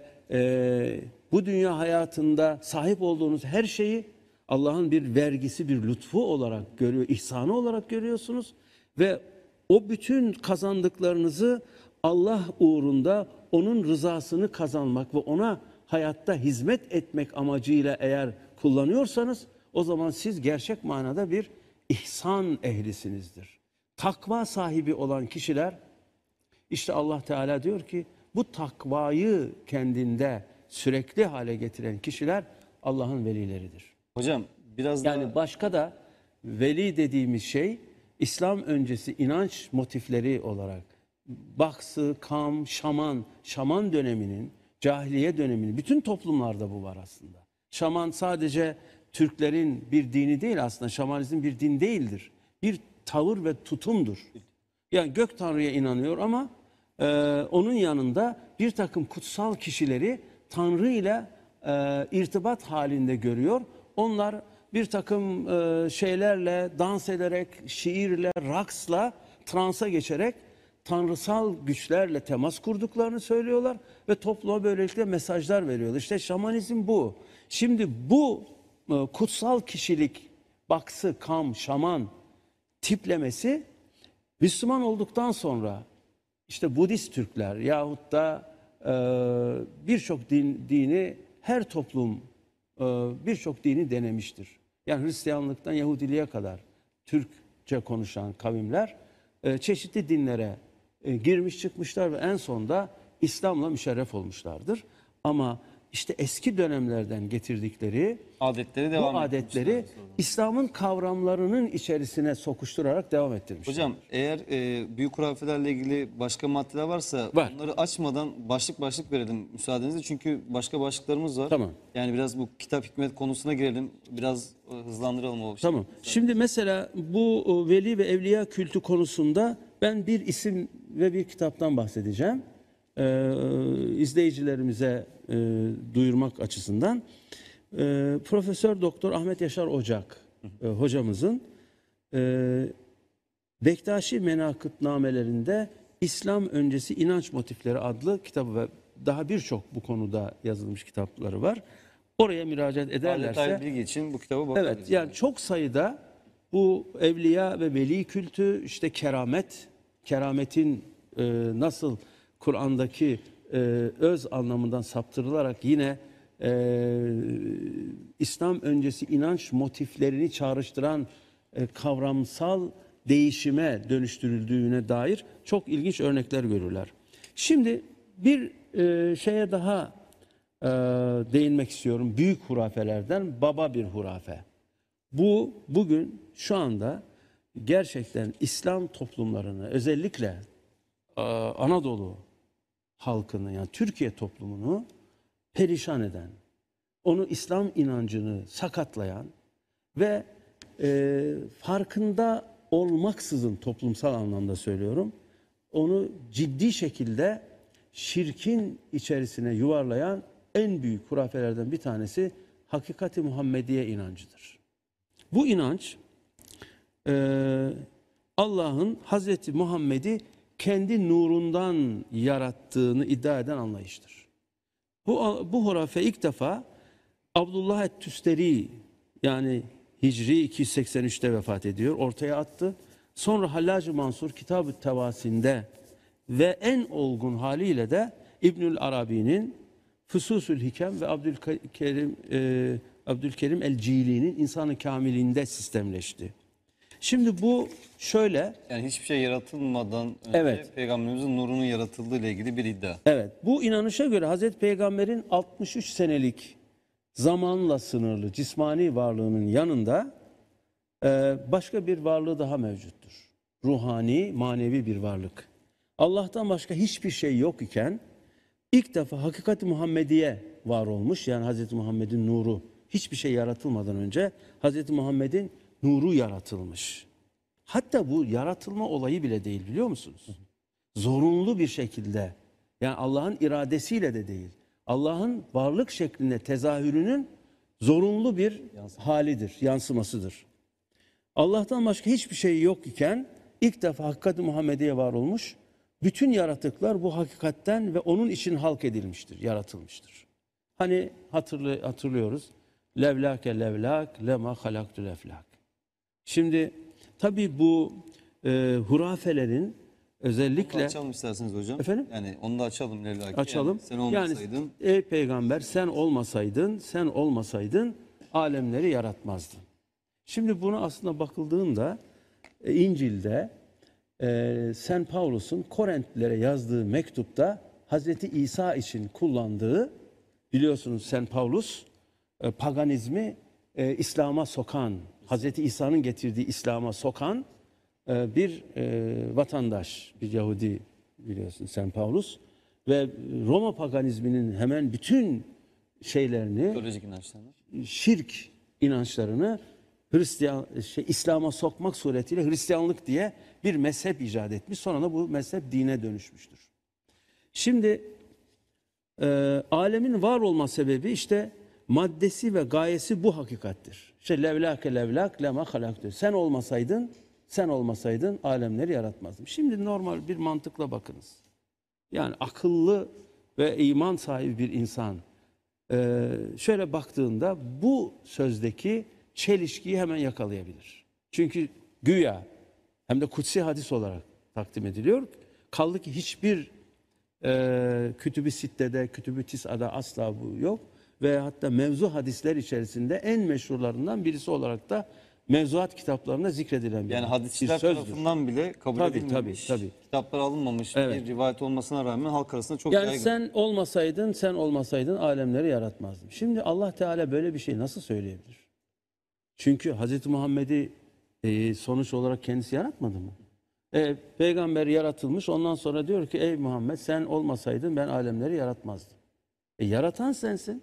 e, bu dünya hayatında sahip olduğunuz her şeyi Allah'ın bir vergisi, bir lütfu olarak görüyor, ihsanı olarak görüyorsunuz. Ve o bütün kazandıklarınızı Allah uğrunda onun rızasını kazanmak ve ona hayatta hizmet etmek amacıyla eğer kullanıyorsanız o zaman siz gerçek manada bir ihsan ehlisinizdir. Takva sahibi olan kişiler, işte Allah Teala diyor ki bu takvayı kendinde sürekli hale getiren kişiler Allah'ın velileridir. Hocam biraz Yani daha... başka da veli dediğimiz şey İslam öncesi inanç motifleri olarak baksı, kam, şaman, şaman döneminin, cahiliye döneminin bütün toplumlarda bu var aslında. Şaman sadece Türklerin bir dini değil aslında, şamanizm bir din değildir. Bir tavır ve tutumdur. Yani gök tanrıya inanıyor ama e, onun yanında bir takım kutsal kişileri Tanrı ile e, irtibat halinde görüyor. Onlar bir takım e, şeylerle, dans ederek, şiirle, raksla, transa geçerek tanrısal güçlerle temas kurduklarını söylüyorlar ve topluma böylelikle mesajlar veriyorlar. İşte şamanizm bu. Şimdi bu e, kutsal kişilik, baksı, kam, şaman tiplemesi Müslüman olduktan sonra işte Budist Türkler yahut da e, birçok din, dini her toplum e, birçok dini denemiştir. Yani Hristiyanlıktan Yahudiliğe kadar Türkçe konuşan kavimler e, çeşitli dinlere e, girmiş çıkmışlar ve en sonunda İslam'la müşerref olmuşlardır. Ama işte eski dönemlerden getirdikleri adetleri devam bu adetleri İslam'ın kavramlarının içerisine sokuşturarak devam ettirmişler. Hocam eğer e, büyük hurafelerle ilgili başka maddeler varsa Var. onları açmadan başlık başlık verelim müsaadenizle. Çünkü başka başlıklarımız var. Tamam. Yani biraz bu kitap hikmet konusuna girelim. Biraz e, hızlandıralım o şeyi. Tamam. Şimdi mesela bu o, veli ve evliya kültü konusunda ben bir isim ve bir kitaptan bahsedeceğim. Ee, izleyicilerimize e, duyurmak açısından. Ee, Profesör Doktor Ahmet Yaşar Ocak e, hocamızın e, Bektaşi Menakıbnamelerinde İslam öncesi inanç motifleri adlı kitabı ve daha birçok bu konuda yazılmış kitapları var. Oraya müracaat Daha ederlerse detaylı bilgi için bu kitaba bakabiliriz. evet, yani çok sayıda bu evliya ve veli kültü, işte keramet, kerametin e, nasıl Kur'an'daki e, öz anlamından saptırılarak yine e, İslam öncesi inanç motiflerini çağrıştıran e, kavramsal değişime dönüştürüldüğüne dair çok ilginç örnekler görürler. Şimdi bir e, şeye daha e, değinmek istiyorum. Büyük hurafelerden baba bir hurafe. Bu bugün şu anda gerçekten İslam toplumlarını, özellikle e, Anadolu halkını, yani Türkiye toplumunu perişan eden, onu İslam inancını sakatlayan ve e, farkında olmaksızın, toplumsal anlamda söylüyorum, onu ciddi şekilde şirkin içerisine yuvarlayan en büyük hurafelerden bir tanesi Hakikat-i Muhammediye inancıdır. Bu inanç e, Allah'ın Hazreti Muhammed'i kendi nurundan yarattığını iddia eden anlayıştır. Bu, bu hurafe ilk defa Abdullah et-Tüsteri, yani Hicri iki yüz seksen üçte vefat ediyor, ortaya attı. Sonra Hallacı Mansur Kitab-ı Tevasinde ve en olgun haliyle de İbnül Arabi'nin Füsusül Hikem ve Abdülkerim, e, Abdülkerim el-Cili'nin İnsan-ı Kamil'inde sistemleşti. Şimdi bu şöyle. Yani hiçbir şey yaratılmadan önce Evet. Peygamberimizin nurunun yaratıldığı ile ilgili bir iddia. Evet, bu inanışa göre Hazreti Peygamber'in altmış üç senelik zamanla sınırlı cismani varlığının yanında e, başka bir varlığı daha mevcuttur. Ruhani, manevi bir varlık. Allah'tan başka hiçbir şey yok iken ilk defa Hakikat-i Muhammediye var olmuş. Yani Hazreti Muhammed'in nuru, hiçbir şey yaratılmadan önce Hazreti Muhammed'in nuru yaratılmış. Hatta bu yaratılma olayı bile değil, biliyor musunuz? Zorunlu bir şekilde, yani Allah'ın iradesiyle de değil, Allah'ın varlık şeklinde tezahürünün zorunlu bir halidir, yansımasıdır. Allah'tan başka hiçbir şey yok iken ilk defa Hakikat-i Muhammediye var olmuş. Bütün yaratıklar bu hakikatten ve onun için halk edilmiştir, yaratılmıştır. Hani hatırlı, hatırlıyoruz. Levlake levlak lema halaktul eflak. Şimdi tabii bu e, hurafelerin özellikle... Onu da açalım isterseniz hocam. Efendim? Yani onu da açalım Levlaki. Açalım. Yani sen olmasaydın. Yani ey peygamber sen olmasaydın, sen olmasaydın alemleri yaratmazdın. Şimdi buna aslında bakıldığında e, İncil'de e, Saint Paulus'un Korintlilere yazdığı mektupta Hazreti İsa için kullandığı, biliyorsunuz Saint Paulus e, paganizmi e, İslam'a sokan, Hazreti İsa'nın getirdiği İslam'a sokan e, bir e, vatandaş, bir Yahudi, biliyorsun Saint Paulus, ve Roma paganizminin hemen bütün şeylerini, Teolojik inançlarını. şirk inançlarını Hristiyan şey İslam'a sokmak suretiyle Hristiyanlık diye bir mezhep icat etmiş. Sonra da bu mezhep dine dönüşmüştür. Şimdi e, alemin var olma sebebi işte maddesi ve gayesi bu hakikattir. İşte levlake levlak lema halaktü. Sen olmasaydın, sen olmasaydın alemleri yaratmazdım. Şimdi normal bir mantıkla bakınız. Yani akıllı ve iman sahibi bir insan e, şöyle baktığında bu sözdeki çelişkiyi hemen yakalayabilir. Çünkü güya, hem de kutsi hadis olarak takdim ediliyor. Kaldı ki hiçbir e, Kütüb-i Sitte'de, Kütüb-i Tis'a'da asla bu yok. Ve hatta mevzu hadisler içerisinde en meşhurlarından birisi olarak da mevzuat kitaplarında zikredilen bir, Yani bir hadisçiler sözdür. tarafından bile kabul Tabii, edilmemiş, tabii, tabii. kitaplar alınmamış Evet. bir rivayet olmasına rağmen halk arasında çok Yani yaygın. sen olmasaydın, sen olmasaydın alemleri yaratmazdım. Şimdi Allah Teala böyle bir şey nasıl söyleyebilir? Çünkü Hazreti Muhammed'i e, sonuç olarak kendisi yaratmadı mı? E, peygamber yaratılmış, ondan sonra diyor ki ey Muhammed sen olmasaydın ben alemleri yaratmazdım. E, yaratan sensin.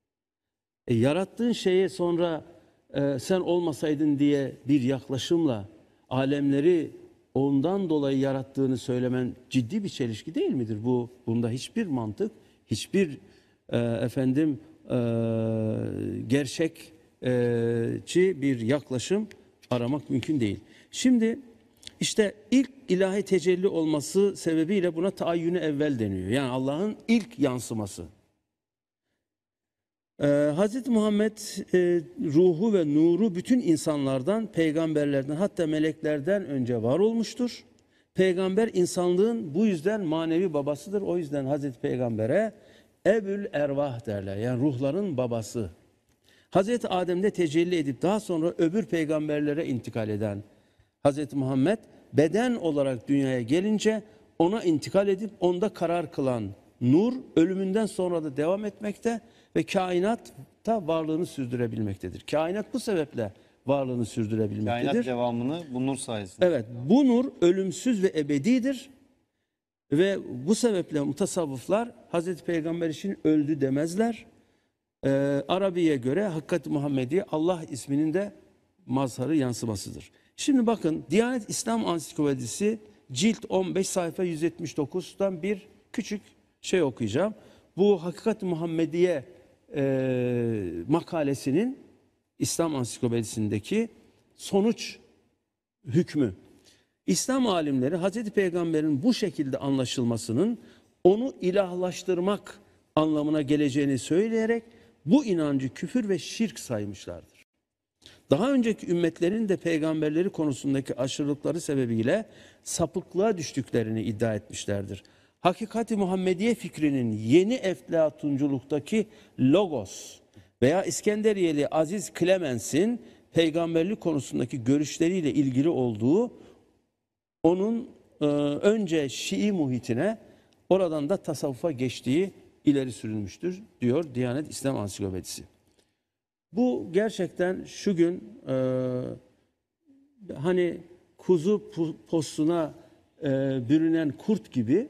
E, yarattığın şeye sonra e, sen olmasaydın diye bir yaklaşımla alemleri ondan dolayı yarattığını söylemen ciddi bir çelişki değil midir? Bu bunda hiçbir mantık, hiçbir e, efendim e, gerçekçi bir yaklaşım aramak mümkün değil. Şimdi işte ilk ilahi tecelli olması sebebiyle buna taayyün-i evvel deniyor. Yani Allah'ın ilk yansıması. Ee, Hz. Muhammed e, ruhu ve nuru bütün insanlardan, peygamberlerden, hatta meleklerden önce var olmuştur. Peygamber insanlığın bu yüzden manevi babasıdır. O yüzden Hz. Peygamber'e Ebül Ervah derler. Yani ruhların babası. Hz. Adem'de tecelli edip daha sonra öbür peygamberlere intikal eden Hz. Muhammed beden olarak dünyaya gelince ona intikal edip onda karar kılan nur ölümünden sonra da devam etmekte ve kainatta varlığını sürdürebilmektedir. Kainat bu sebeple varlığını sürdürebilmektedir. Kainat devamını bu nur sayesinde. Evet, bu nur ölümsüz ve ebedidir. Ve bu sebeple mutasavvıflar Hazreti Peygamber için öldü demezler. Ee, Arabiye göre Hakikat-i Muhammediye Allah isminin de mazharı, yansımasıdır. Şimdi bakın Diyanet İslam Ansiklopedisi cilt on beş sayfa yüz yetmiş dokuzdan bir küçük şey okuyacağım. Bu Hakikat-ı Muhammediye e, makalesinin İslam Ansiklopedisindeki sonuç hükmü. İslam alimleri Hazreti Peygamber'in bu şekilde anlaşılmasının onu ilahlaştırmak anlamına geleceğini söyleyerek bu inancı küfür ve şirk saymışlardır. Daha önceki ümmetlerin de peygamberleri konusundaki aşırılıkları sebebiyle sapıklığa düştüklerini iddia etmişlerdir. Hakikati Muhammediye fikrinin yeni eflatünculuktaki logos veya İskenderiyeli Aziz Clemens'in peygamberlik konusundaki görüşleriyle ilgili olduğu onun e, önce Şii muhitine oradan da tasavvufa geçtiği ileri sürülmüştür diyor Diyanet İslam Ansiklopedisi. Bu gerçekten şu gün e, hani kuzu postuna e, bürünen kurt gibi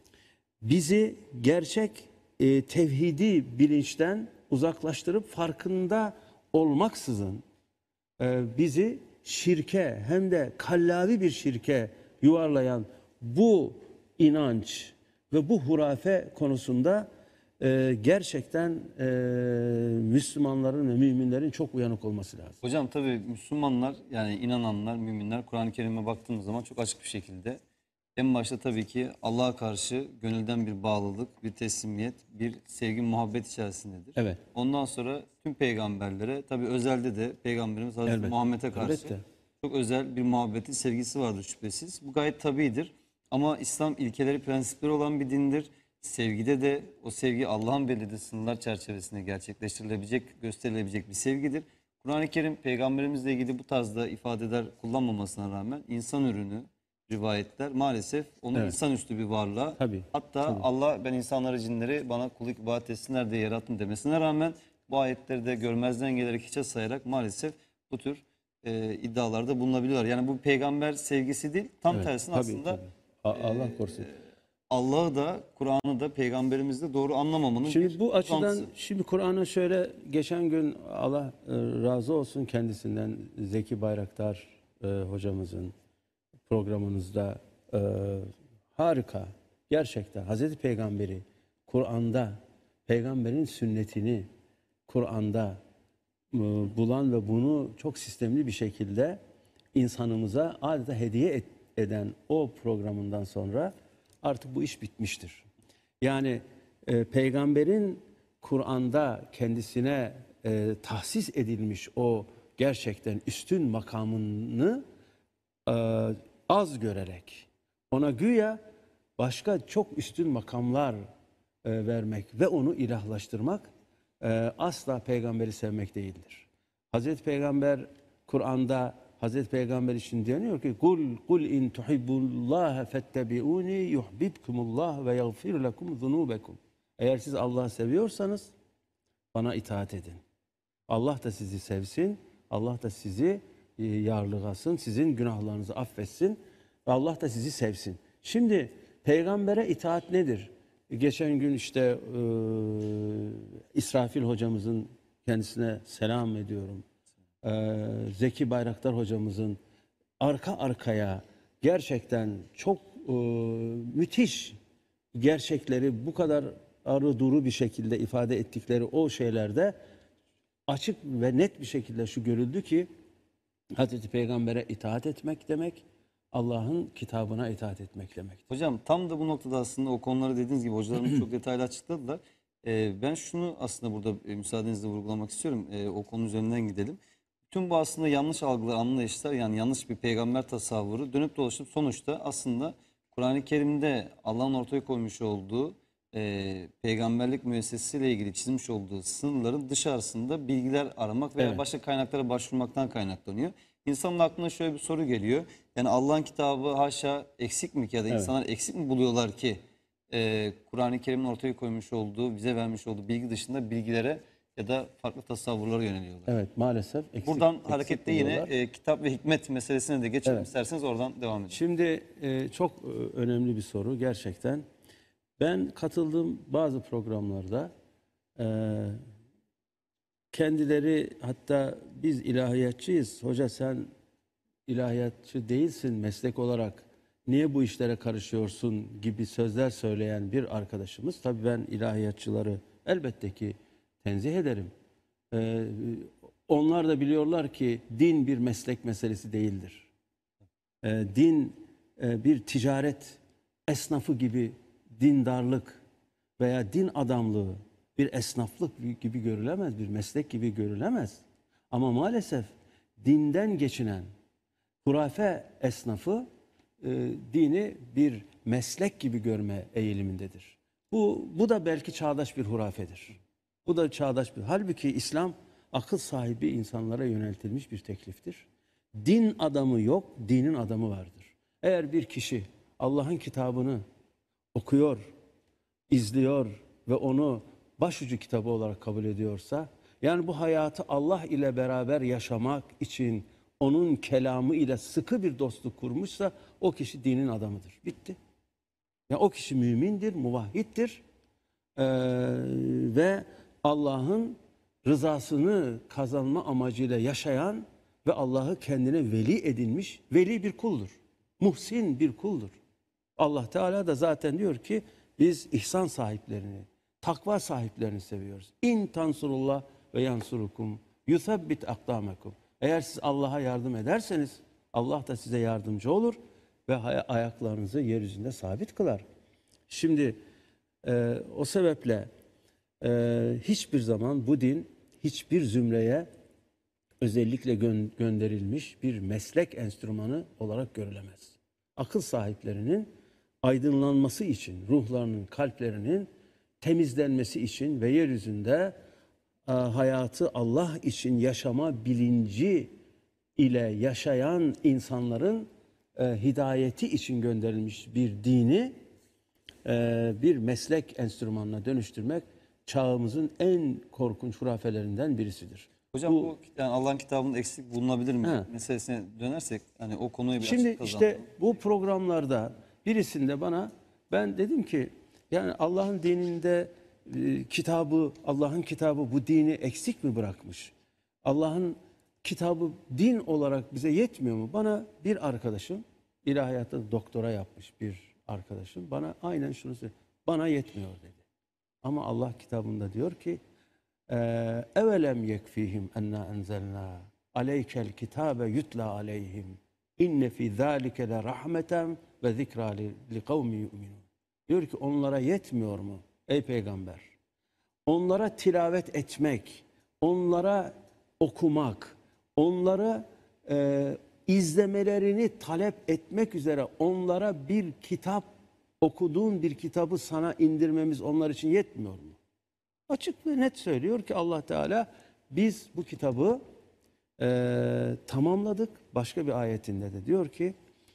bizi gerçek e, tevhidi bilinçten uzaklaştırıp farkında olmaksızın e, bizi şirke hem de kallavi bir şirke yuvarlayan bu inanç ve bu hurafe konusunda e, gerçekten e, Müslümanların ve müminlerin çok uyanık olması lazım. Hocam tabii Müslümanlar yani inananlar, müminler Kur'an-ı Kerim'e baktığımız zaman çok açık bir şekilde en başta tabii ki Allah'a karşı gönülden bir bağlılık, bir teslimiyet, bir sevgi, muhabbet içerisindedir. Evet. Ondan sonra tüm peygamberlere tabii özelde de Peygamberimiz Hazreti Elbette. Muhammed'e karşı Elbette. çok özel bir muhabbeti, sevgisi vardır şüphesiz. Bu gayet tabidir. Ama İslam ilkeleri, prensipleri olan bir dindir. Sevgide de o sevgi Allah'ın belirlediği sınırlar çerçevesinde gerçekleştirilebilecek, gösterilebilecek bir sevgidir. Kur'an-ı Kerim peygamberimizle ilgili bu tarzda ifadeler kullanmamasına rağmen insan ürünü rivayetler maalesef onu Evet. insanüstü bir varlığa, Tabii, hatta tabii. Allah ben insanları cinleri bana kulluk ibadet etsinler diye yarattım demesine rağmen bu ayetleri de görmezden gelerek hiçe sayarak maalesef bu tür e, iddialarda bulunabiliyorlar. Yani bu peygamber sevgisi değil, tam Evet, tersine tabii, aslında tabii. A- Allah korusun. Allah'ı da Kur'an'ı da peygamberimizi de doğru anlamamanın Şimdi bir bu açıdan uzantısı. şimdi Kur'an'a şöyle geçen gün Allah e, razı olsun kendisinden Zeki Bayraktar e, hocamızın programınızda e, harika gerçekten Hazreti Peygamberi Kur'an'da peygamberin sünnetini Kur'an'da e, bulan ve bunu çok sistemli bir şekilde insanımıza adeta hediye et- eden o programından sonra artık bu iş bitmiştir. Yani e, peygamberin Kur'an'da kendisine e, tahsis edilmiş o gerçekten üstün makamını e, az görerek ona güya başka çok üstün makamlar e, vermek ve onu ilahlaştırmak e, asla peygamberi sevmek değildir. Hazreti Peygamber Kur'an'da Hazreti Peygamber için deniyor ki kul kul in tuhibbullaha fettebi'uni yuhibbukumullah ve yaghfir lekum zunubekum. Eğer siz Allah'ı seviyorsanız bana itaat edin. Allah da sizi sevsin. Allah da sizi e, yarlıgasın. Sizin günahlarınızı affetsin. Ve Allah da sizi sevsin. Şimdi peygambere itaat nedir? Geçen gün işte e, İsrafil hocamızın kendisine selam ediyorum. E, Zeki Bayraktar hocamızın arka arkaya gerçekten çok e, müthiş gerçekleri bu kadar arı duru bir şekilde ifade ettikleri o şeylerde açık ve net bir şekilde şu görüldü ki Hazreti Peygamber'e itaat etmek demek Allah'ın kitabına itaat etmek demek. Hocam tam da bu noktada aslında o konuları dediğiniz gibi hocalarımız çok detaylı açıkladılar. Ee, ben şunu aslında burada e, müsaadenizle vurgulamak istiyorum. Ee, o konu üzerinden gidelim. Tüm bu aslında yanlış algılar, anlayışlar yani yanlış bir peygamber tasavvuru dönüp dolaşıp sonuçta aslında Kur'an-ı Kerim'de Allah'ın ortaya koymuş olduğu e, peygamberlik müessesesiyle ilgili çizmiş olduğu sınırların dışarısında bilgiler aramak veya Evet. başka kaynaklara başvurmaktan kaynaklanıyor. İnsanın aklına şöyle bir soru geliyor. Yani Allah'ın kitabı haşa eksik mi ki ya da Evet. insanlar eksik mi buluyorlar ki e, Kur'an-ı Kerim'in ortaya koymuş olduğu, bize vermiş olduğu bilgi dışında bilgilere ya da farklı tasavvurlara yöneliyorlar. Evet maalesef eksik. Buradan eksik hareketle yine buluyorlar. e, kitap ve hikmet meselesine de geçelim Evet. isterseniz oradan devam edelim. Şimdi e, çok e, önemli bir soru gerçekten. Ben katıldığım bazı programlarda e, kendileri hatta biz ilahiyatçıyız. Hoca sen ilahiyatçı değilsin meslek olarak niye bu işlere karışıyorsun gibi sözler söyleyen bir arkadaşımız, tabii ben ilahiyatçıları elbette ki tenzih ederim. Ee, onlar da biliyorlar ki din bir meslek meselesi değildir. Ee, din e, bir ticaret esnafı gibi dindarlık veya din adamlığı bir esnaflık gibi görülemez, bir meslek gibi görülemez. Ama maalesef dinden geçinen hurafe esnafı e, dini bir meslek gibi görme eğilimindedir. Bu, bu da belki çağdaş bir hurafedir. Bu da çağdaş bir. Halbuki İslam akıl sahibi insanlara yöneltilmiş bir tekliftir. Din adamı yok, dinin adamı vardır. Eğer bir kişi Allah'ın kitabını okuyor, izliyor ve onu başucu kitabı olarak kabul ediyorsa, yani bu hayatı Allah ile beraber yaşamak için onun kelamı ile sıkı bir dostluk kurmuşsa o kişi dinin adamıdır. Bitti. Ya o kişi mümindir, muvahhiddir ee, ve Allah'ın rızasını kazanma amacıyla yaşayan ve Allah'ı kendine veli edinmiş veli bir kuldur. Muhsin bir kuldur. Allah Teala da zaten diyor ki biz ihsan sahiplerini, takva sahiplerini seviyoruz. İn tansurullah ve yansurukum yuthabbit akdamakum. Eğer siz Allah'a yardım ederseniz Allah da size yardımcı olur ve ayaklarınızı yeryüzünde sabit kılar. Şimdi e, o sebeple e, hiçbir zaman bu din hiçbir zümreye özellikle gö gönderilmiş bir meslek enstrümanı olarak görülemez. Akıl sahiplerinin aydınlanması için, ruhlarının, kalplerinin temizlenmesi için ve yeryüzünde e, hayatı Allah için yaşama bilinci ile yaşayan insanların e, hidayeti için gönderilmiş bir dini e, bir meslek enstrümanına dönüştürmek çağımızın en korkunç hurafelerinden birisidir. Hocam bu, Bu yani Allah'ın kitabında eksik bulunabilir mi He. meselesine dönersek hani o konuyu biraz Şimdi kazanalım. işte bu programlarda birisinde bana ben dedim ki yani Allah'ın dininde e, kitabı, Allah'ın kitabı bu dini eksik mi bırakmış? Allah'ın kitabı din olarak bize yetmiyor mu? Bana bir arkadaşım, ilahiyatta doktora yapmış bir arkadaşım bana aynen şunu söyledi. Bana yetmiyor dedi. Ama Allah kitabında diyor ki evelem yekfihim enna enzelna aleykel kitabe yutla aleyhim inne fi zalike le rahmeten ve zikra li kavmi yu'minun. Diyor ki onlara yetmiyor mu ey peygamber? Onlara tilavet etmek, onlara okumak, onlara e, izlemelerini talep etmek üzere onlara bir kitap, okuduğun bir kitabı sana indirmemiz onlar için yetmiyor mu? Açık ve net söylüyor ki Allah Teala biz bu kitabı e, tamamladık. Başka bir ayetinde de diyor ki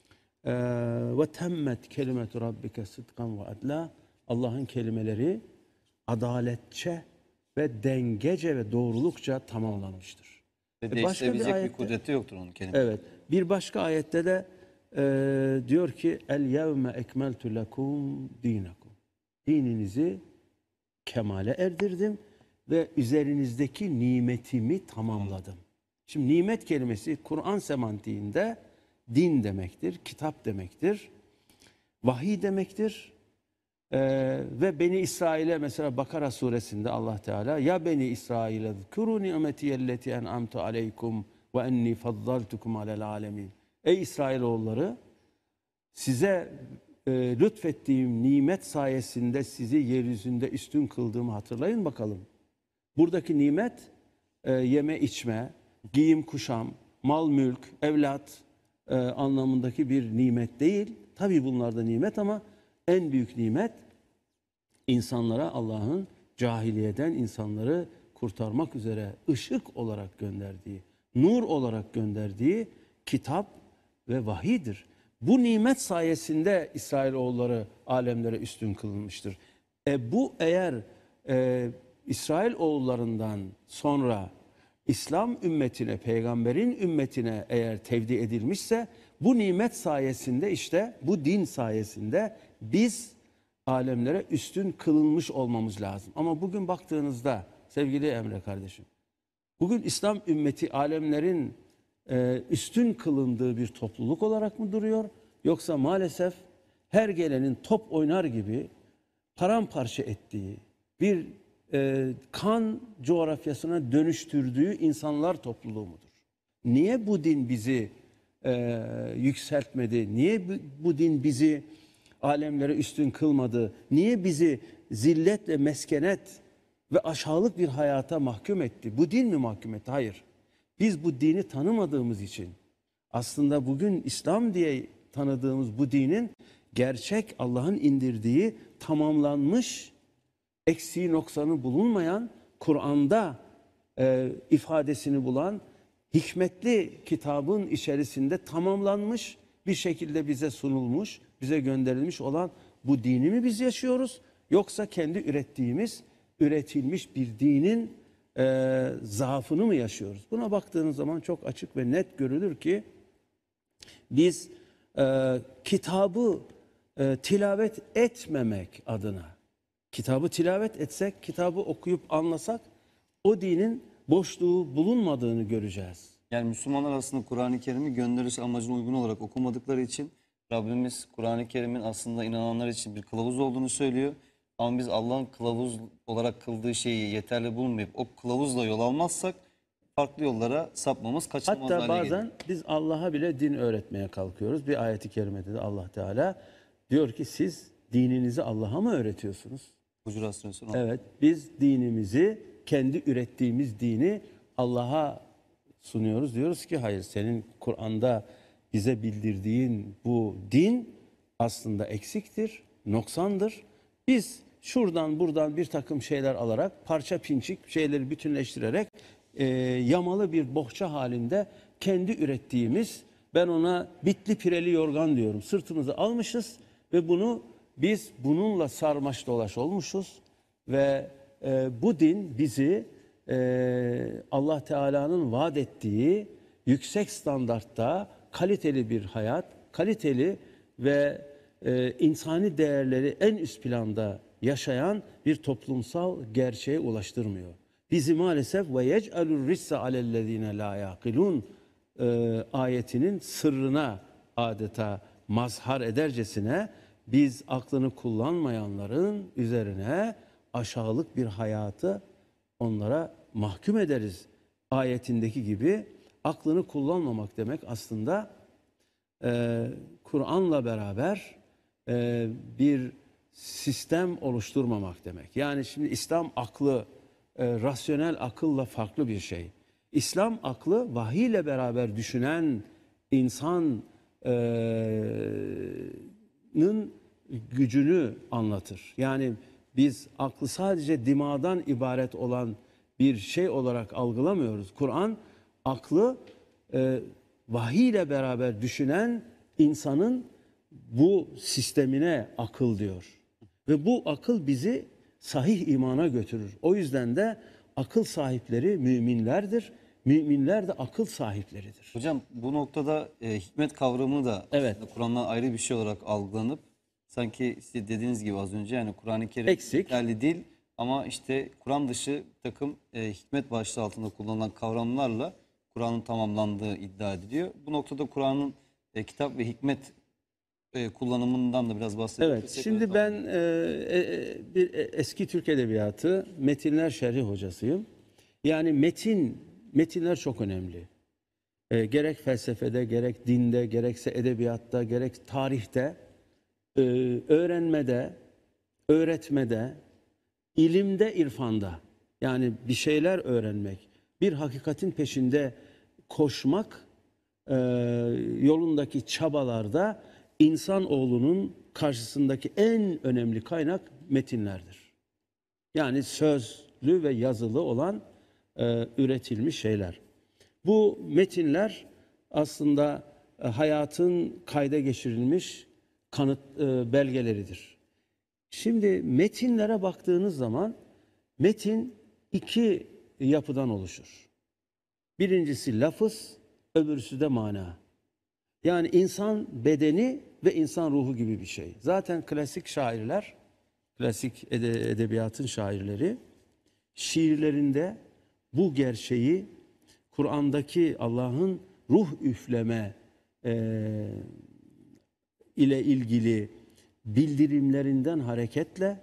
ve temmet kelimetu rabbike sıdkan ve adla. Allah'ın kelimeleri adaletçe ve dengece ve doğrulukça tamamlanmıştır. Ve E, değiştirebilecek bir, ayette, kudreti yoktur onun kelimesi. Evet. Bir başka ayette de e, diyor ki el yevme ekmeltu lekum dinakum. Dininizi kemale erdirdim ve üzerinizdeki nimetimi tamamladım. Şimdi nimet kelimesi Kur'an semantiğinde din demektir, kitap demektir, vahiy demektir. Ee, ve Beni İsrail'e mesela Bakara suresinde Allah Teala ya Beni İsrail'e zkuru ni'metiyelleti en'amtu aleykum ve enni faddaltukum alel alemin. Ey İsrailoğulları size e, lütfettiğim nimet sayesinde sizi yeryüzünde üstün kıldığımı hatırlayın bakalım. Buradaki nimet e, yeme içme, giyim kuşam, mal mülk, evlat e, anlamındaki bir nimet değil. Tabii bunlar da nimet ama en büyük nimet insanlara Allah'ın cahiliyeden insanları kurtarmak üzere ışık olarak gönderdiği, nur olarak gönderdiği kitap ve vahiydir. Bu nimet sayesinde İsrailoğulları alemlere üstün kılınmıştır. E bu eğer e, İsrailoğullarından sonra İslam ümmetine, peygamberin ümmetine eğer tevdi edilmişse bu nimet sayesinde işte bu din sayesinde biz alemlere üstün kılınmış olmamız lazım. Ama bugün baktığınızda sevgili Emre kardeşim, bugün İslam ümmeti alemlerin e, üstün kılındığı bir topluluk olarak mı duruyor? Yoksa maalesef her gelenin top oynar gibi paramparça ettiği, bir e, kan coğrafyasına dönüştürdüğü insanlar topluluğu mudur? Niye bu din bizi e, yükseltmedi? Niye bu, bu din bizi alemlere üstün kılmadı? Niye bizi zillet ve meskenet ve aşağılık bir hayata mahkum etti? Bu din mi mahkum etti? Hayır. Biz bu dini tanımadığımız için aslında bugün İslam diye tanıdığımız bu dinin gerçek Allah'ın indirdiği tamamlanmış, eksiği noksanı bulunmayan, Kur'an'da e, ifadesini bulan hikmetli kitabın içerisinde tamamlanmış bir şekilde bize sunulmuş, bize gönderilmiş olan bu dini mi biz yaşıyoruz? Yoksa kendi ürettiğimiz, üretilmiş bir dinin e, zaafını mı yaşıyoruz? Buna baktığınız zaman çok açık ve net görülür ki biz e, kitabı e, tilavet etmemek adına, kitabı tilavet etsek, kitabı okuyup anlasak o dinin boşluğu bulunmadığını göreceğiz. Yani Müslümanlar aslında Kur'an-ı Kerim'i gönderiş amacına uygun olarak okumadıkları için Rabbimiz Kur'an-ı Kerim'in aslında inananlar için bir kılavuz olduğunu söylüyor. Ama biz Allah'ın kılavuz olarak kıldığı şeyi yeterli bulmayıp o kılavuzla yol almazsak farklı yollara sapmamız kaçınılmaz Hatta hale bazen gelir. biz Allah'a bile din öğretmeye kalkıyoruz. Bir ayeti kerimede de Allah Teala diyor ki siz dininizi Allah'a mı öğretiyorsunuz? Hucurat Suresi on. Evet, biz dinimizi, kendi ürettiğimiz dini Allah'a sunuyoruz. Diyoruz ki hayır, senin Kur'an'da bize bildirdiğin bu din aslında eksiktir, noksandır. Biz şuradan buradan bir takım şeyler alarak, parça pinçik şeyleri bütünleştirerek e, yamalı bir bohça halinde kendi ürettiğimiz, ben ona bitli pireli yorgan diyorum, sırtımızı almışız ve bunu biz bununla sarmaş dolaş olmuşuz ve e, bu din bizi e, Allah Teala'nın vaat ettiği yüksek standartta kaliteli bir hayat, kaliteli ve e, insani değerleri en üst planda yaşayan bir toplumsal gerçeğe ulaştırmıyor. Bizi maalesef ve yec'alur risse alellezine la yaqilun ayetinin sırrına adeta mazhar edercesine biz aklını kullanmayanların üzerine aşağılık bir hayatı onlara mahkum ederiz. Ayetindeki gibi aklını kullanmamak demek aslında e, Kur'an'la beraber e, bir sistem oluşturmamak demek. Yani şimdi İslam aklı, e, rasyonel akılla farklı bir şey. İslam aklı vahiy ile beraber düşünen insanın gücünü anlatır. Yani biz aklı sadece dimadan ibaret olan bir şey olarak algılamıyoruz. Kur'an aklı e, vahiy ile beraber düşünen insanın bu sistemine akıl diyor. Ve bu akıl bizi sahih imana götürür. O yüzden de akıl sahipleri müminlerdir. Müminler de akıl sahipleridir. Hocam bu noktada e, hikmet kavramı da Evet. aslında Kur'an'dan ayrı bir şey olarak algılanıp sanki size dediğiniz gibi az önce yani Kur'an-ı Kerim Eksik. yeterli değil ama işte Kur'an dışı bir takım e, hikmet başlığı altında kullanılan kavramlarla Kur'an'ın tamamlandığı iddia ediliyor. Bu noktada Kur'an'ın e, kitap ve hikmet e, kullanımından da biraz bahsedelim. Evet, şimdi ben e, e, bir eski Türk Edebiyatı metinler şerhi hocasıyım. Yani metin, metinler çok önemli. E, gerek felsefede, gerek dinde, gerekse edebiyatta, gerek tarihte, e, öğrenmede, öğretmede, ilimde, irfanda. Yani bir şeyler öğrenmek, bir hakikatin peşinde koşmak e, yolundaki çabalarda insanoğlunun karşısındaki en önemli kaynak metinlerdir. Yani sözlü ve yazılı olan e, üretilmiş şeyler. Bu metinler aslında e, hayatın kayda geçirilmiş kanıt e, belgeleridir. Şimdi metinlere baktığınız zaman metin iki yapıdan oluşur. Birincisi lafız, öbürsü de mana. Yani insan bedeni ve insan ruhu gibi bir şey. Zaten klasik şairler, klasik ede, edebiyatın şairleri şiirlerinde bu gerçeği Kur'an'daki Allah'ın ruh üfleme e, ile ilgili bildirimlerinden hareketle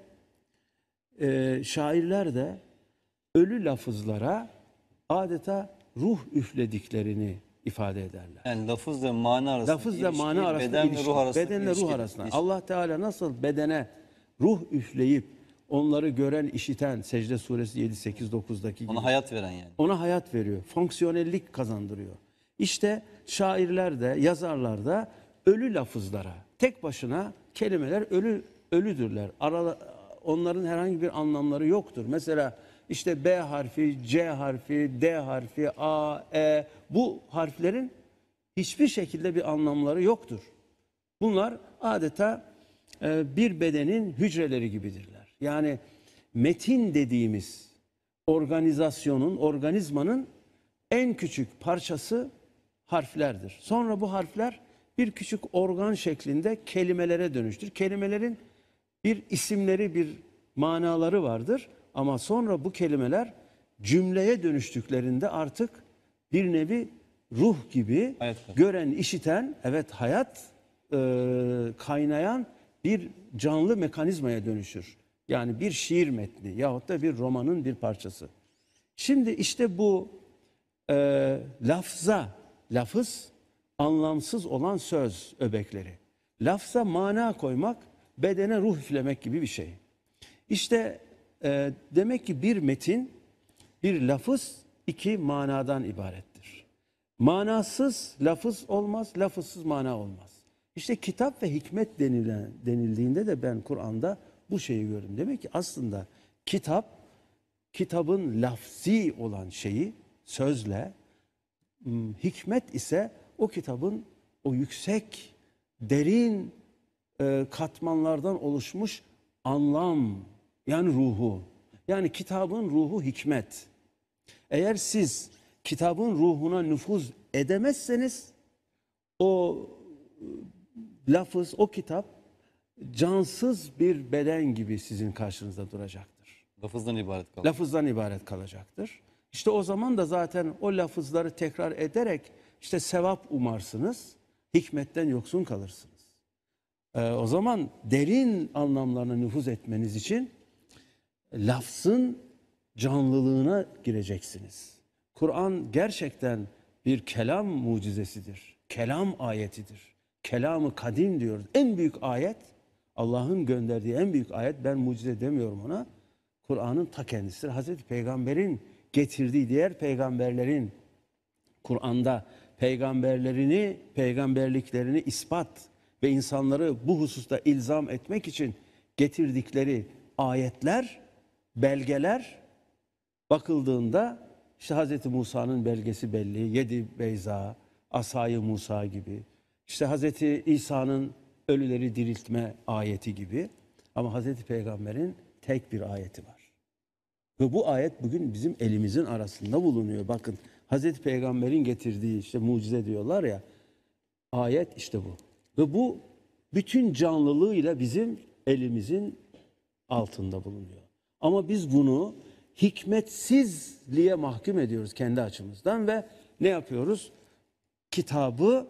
e, şairler de ölü lafızlara adeta ruh üflediklerini ifade ederler. Yani lafız ve mana arasında Lafız ve ilişki, mana arasında beden ilişki, ve ruh arasında bedenle ruh arasında. ilişki. Allah Teala nasıl bedene ruh üfleyip onları gören, işiten, Secde suresi yedi, sekiz, dokuzdaki gibi Ona hayat veren yani. ona hayat veriyor. Fonksiyonellik kazandırıyor. İşte şairler de, yazarlar da ölü lafızlara, tek başına kelimeler ölü ölüdürler. Ara, onların herhangi bir anlamları yoktur. Mesela işte B harfi, C harfi, D harfi, A, E bu harflerin hiçbir şekilde bir anlamları yoktur. Bunlar adeta e, bir bedenin hücreleri gibidirler. Yani metin dediğimiz organizasyonun, organizmanın en küçük parçası harflerdir. Sonra bu harfler bir küçük organ şeklinde kelimelere dönüştür. Kelimelerin bir isimleri, bir manaları vardır. Ama sonra bu kelimeler cümleye dönüştüklerinde artık bir nevi ruh gibi gören, işiten, evet hayat e, kaynayan bir canlı mekanizmaya dönüşür. Yani bir şiir metni yahut da bir romanın bir parçası. Şimdi işte bu e, lafza, lafız anlamsız olan söz öbekleri. Lafza mana koymak, bedene ruh üflemek gibi bir şey. İşte e, demek ki bir metin, bir lafız iki manadan ibarettir. Manasız lafız olmaz, lafızsız mana olmaz. İşte kitap ve hikmet denilen, denildiğinde de ben Kur'an'da bu şeyi gördüm. Demek ki aslında kitap, kitabın lafzi olan şeyi sözle, hikmet ise o kitabın o yüksek, derin e, katmanlardan oluşmuş anlam, yani ruhu. Yani kitabın ruhu hikmet. Eğer siz kitabın ruhuna nüfuz edemezseniz o lafız, o kitap cansız bir beden gibi sizin karşınızda duracaktır. Lafızdan ibaret kalır. Lafızdan ibaret kalacaktır. İşte o zaman da zaten o lafızları tekrar ederek işte sevap umarsınız, hikmetten yoksun kalırsınız. Ee, o zaman derin anlamlarına nüfuz etmeniz için lafzın canlılığına gireceksiniz. Kur'an gerçekten bir kelam mucizesidir. Kelam ayetidir. Kelamı kadim diyoruz. En büyük ayet, Allah'ın gönderdiği en büyük ayet, ben mucize demiyorum ona, Kur'an'ın ta kendisidir. Hazreti Peygamber'in getirdiği, diğer peygamberlerin Kur'an'da peygamberlerini, peygamberliklerini ispat ve insanları bu hususta ilzam etmek için getirdikleri ayetler, belgeler bakıldığında işte Hazreti Musa'nın belgesi belli, yedi beyza, asayı Musa gibi, işte Hazreti İsa'nın ölüleri diriltme ayeti gibi, ama Hazreti Peygamber'in tek bir ayeti var. Ve bu ayet bugün bizim elimizin arasında bulunuyor. Bakın Hazreti Peygamber'in getirdiği işte mucize diyorlar ya, ayet işte bu. Ve bu bütün canlılığıyla bizim elimizin altında bulunuyor. Ama biz bunu hikmetsizliğe mahkum ediyoruz kendi açımızdan ve ne yapıyoruz? Kitabı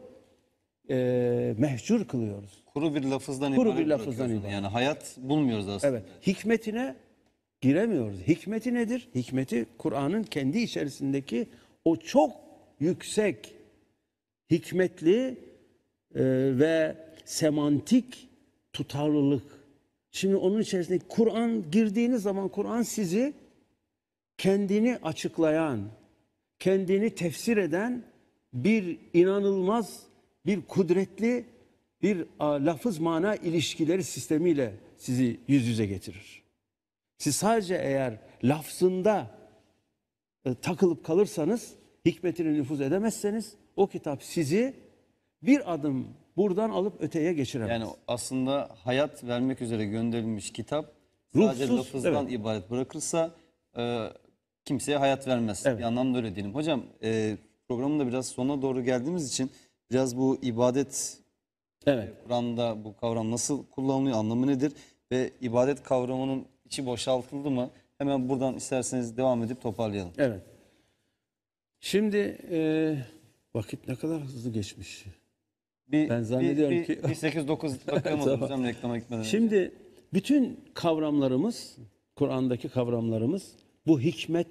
e, mehcur kılıyoruz. Kuru bir lafızdan Kuru ibaret bir lafızdan bırakıyorsun. ibaret. Yani hayat bulmuyoruz aslında. Evet, hikmetine giremiyoruz. Hikmeti nedir? Hikmeti Kur'an'ın kendi içerisindeki o çok yüksek, hikmetli e, ve semantik tutarlılık. Şimdi onun içerisinde Kur'an girdiğiniz zaman Kur'an sizi kendini açıklayan, kendini tefsir eden bir inanılmaz, bir kudretli bir a, lafız mana ilişkileri sistemiyle sizi yüz yüze getirir. Siz sadece eğer lafzında e, takılıp kalırsanız, hikmetine nüfuz edemezseniz o kitap sizi bir adım buradan alıp öteye geçiremez. Yani aslında hayat vermek üzere gönderilmiş kitap sadece Ruhsuz, lafızdan evet. ibaret bırakırsa e, kimseye hayat vermez. Evet. Bir anlamda öyle diyelim. Hocam e, programın da biraz sonuna doğru geldiğimiz için biraz bu ibadet, Evet. Kur'an'da bu kavram nasıl kullanılıyor, anlamı nedir ve ibadet kavramının içi boşaltıldı mı? Hemen buradan isterseniz devam edip toparlayalım. Evet. Şimdi e, vakit ne kadar hızlı geçmiş. Bir, Ben zannediyorum bir, ki- bir, bir sekiz dokuz dakika mı Tamam. hocam reklama gitmeden önce? Şimdi bütün kavramlarımız, Kur'an'daki kavramlarımız bu hikmet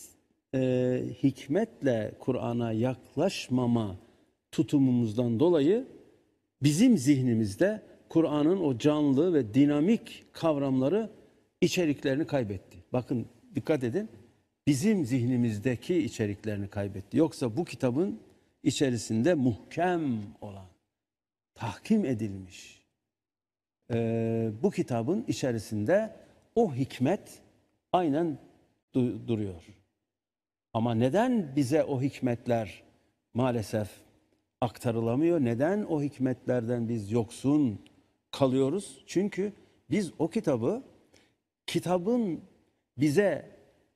e, hikmetle Kur'an'a yaklaşmama tutumumuzdan dolayı bizim zihnimizde Kur'an'ın o canlı ve dinamik kavramları içeriklerini kaybetti. Bakın dikkat edin. Bizim zihnimizdeki içeriklerini kaybetti. Yoksa bu kitabın içerisinde muhkem olan, tahkim edilmiş, e, bu kitabın içerisinde o hikmet aynen du- duruyor. Ama neden bize o hikmetler maalesef aktarılamıyor? Neden o hikmetlerden biz yoksun kalıyoruz? Çünkü biz o kitabı, kitabın bize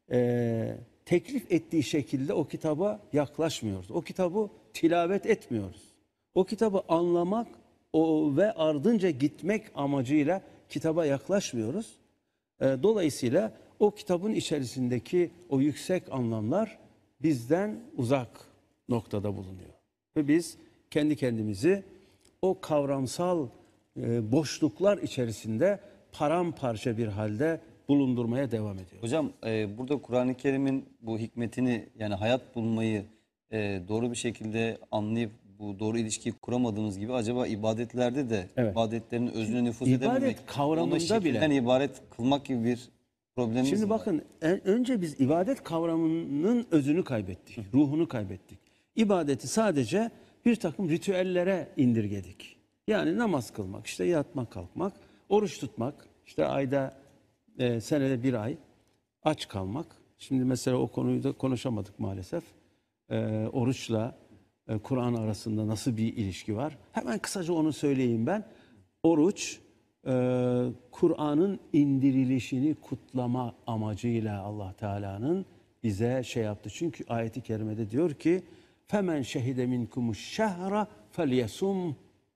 e, teklif ettiği şekilde o kitaba yaklaşmıyoruz. O kitabı tilavet etmiyoruz. O kitabı anlamak o ve ardınca gitmek amacıyla kitaba yaklaşmıyoruz. E, dolayısıyla o kitabın içerisindeki o yüksek anlamlar bizden uzak noktada bulunuyor. Ve biz kendi kendimizi o kavramsal e, boşluklar içerisinde paramparça bir halde bulundurmaya devam ediyoruz. Hocam e, burada Kur'an-ı Kerim'in bu hikmetini yani hayat bulmayı e, doğru bir şekilde anlayıp bu doğru ilişkiyi kuramadığımız gibi acaba ibadetlerde de Evet. ibadetlerin özüne nüfuz İbadet edememek, kavramında onu şekilden bile- ibaret kılmak gibi bir problemimiz Şimdi var. bakın en- önce biz ibadet kavramının özünü kaybettik, ruhunu kaybettik. İbadeti sadece bir takım ritüellere indirgedik. Yani namaz kılmak, işte yatmak, kalkmak, oruç tutmak, işte ayda, e, senede bir ay aç kalmak. Şimdi mesela o konuyu da konuşamadık maalesef. E, oruçla e, Kur'an arasında nasıl bir ilişki var? Hemen kısaca onu söyleyeyim ben. Oruç, e, Kur'an'ın indirilişini kutlama amacıyla Allah Teala'nın bize şey yaptı. Çünkü ayeti kerimede diyor ki femen şehide minkumuş şehra felyesum.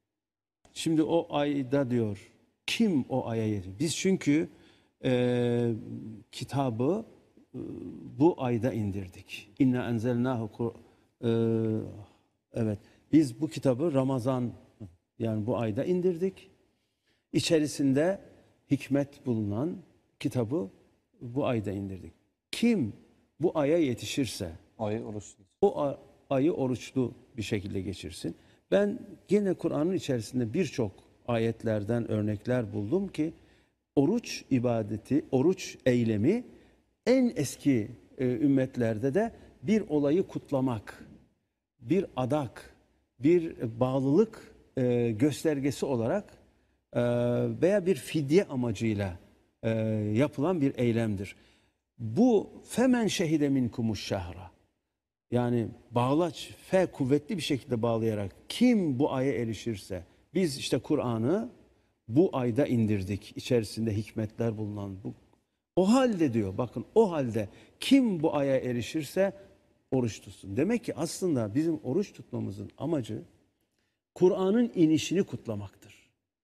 Şimdi o ayda diyor kim o aya yeri? Biz çünkü e, kitabı e, bu ayda indirdik. İnna enzelnahu Kur- e, evet biz bu kitabı Ramazan yani bu ayda indirdik. İçerisinde hikmet bulunan kitabı bu ayda indirdik. Kim bu aya yetişirse Ay oruç. o a- ayı oruçlu bir şekilde geçirsin. Ben yine Kur'an'ın içerisinde birçok ayetlerden örnekler buldum ki oruç ibadeti, oruç eylemi en eski e, ümmetlerde de bir olayı kutlamak, bir adak, bir bağlılık e, göstergesi olarak e, veya bir fidye amacıyla e, yapılan bir eylemdir. Bu femen şehide minkumuş şehra. Yani bağlaç, fe kuvvetli bir şekilde bağlayarak kim bu aya erişirse biz işte Kur'an'ı bu ayda indirdik. İçerisinde hikmetler bulunan bu. O halde diyor bakın o halde kim bu aya erişirse oruç tutsun. Demek ki aslında bizim oruç tutmamızın amacı Kur'an'ın inişini kutlamaktır.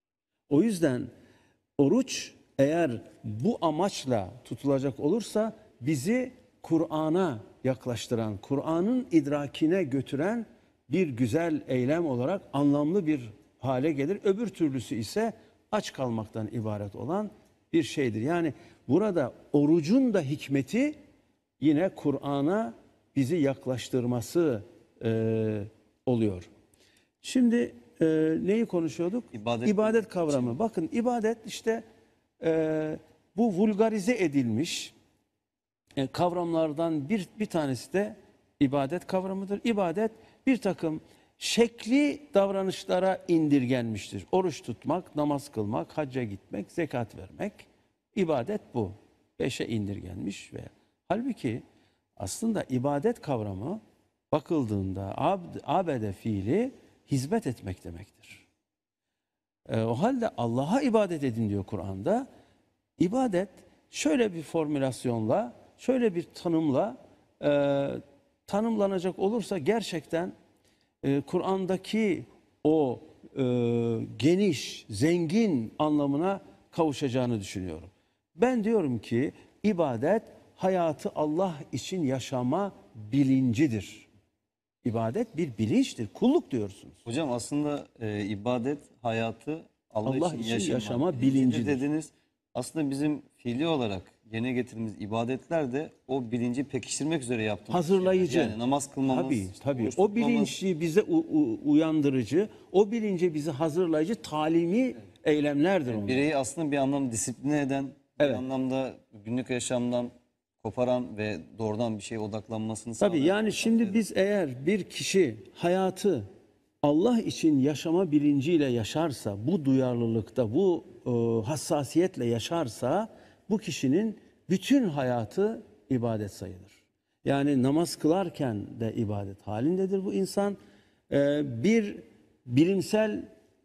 O yüzden oruç eğer bu amaçla tutulacak olursa bizi Kur'an'a yaklaştıran, Kur'an'ın idrakine götüren bir güzel eylem olarak anlamlı bir hale gelir. Öbür türlüsü ise aç kalmaktan ibaret olan bir şeydir. Yani burada orucun da hikmeti yine Kur'an'a bizi yaklaştırması e, oluyor. Şimdi e, neyi konuşuyorduk? İbadet- İbadet kavramı. Bakın ibadet işte e, bu vulgarize edilmiş e, kavramlardan bir, bir tanesi de ibadet kavramıdır. İbadet bir takım şekli davranışlara indirgenmiştir. Oruç tutmak, namaz kılmak, hacca gitmek, zekat vermek. İbadet bu. Beşe indirgenmiş ve halbuki aslında ibadet kavramı bakıldığında abd, abede fiili hizmet etmek demektir. E, o halde Allah'a ibadet edin diyor Kur'an'da. İbadet şöyle bir formülasyonla, şöyle bir tanımla e, tanımlanacak olursa gerçekten e, Kur'an'daki o e, geniş, zengin anlamına kavuşacağını düşünüyorum. Ben diyorum ki ibadet hayatı Allah için yaşama bilincidir. İbadet bir bilinçtir. Kulluk diyorsunuz. Hocam aslında e, ibadet hayatı Allah, Allah için, için yaşama, yaşama bilincidir bilincidir. dediniz. Aslında bizim fiili olarak yerine getirdiğimiz ibadetler de o bilinci pekiştirmek üzere yaptığımız Hazırlayıcı. şeyler. Yani namaz kılmamız, Tabii, işte tabii. oruç O tutmamız. bilinci bize u- u- uyandırıcı, o bilinci bizi hazırlayıcı talimi eylemlerdir onlar. Bireyi aslında bir anlamda disipline eden, Evet. bir anlamda günlük yaşamdan koparan ve doğrudan bir şeye odaklanmasını Tabii sağlayan. yani şimdi biz eğer bir kişi hayatı Allah için yaşama bilinciyle yaşarsa, bu duyarlılıkta, bu e, hassasiyetle yaşarsa bu kişinin bütün hayatı ibadet sayılır. Yani namaz kılarken de ibadet halindedir bu insan. E, bir bilimsel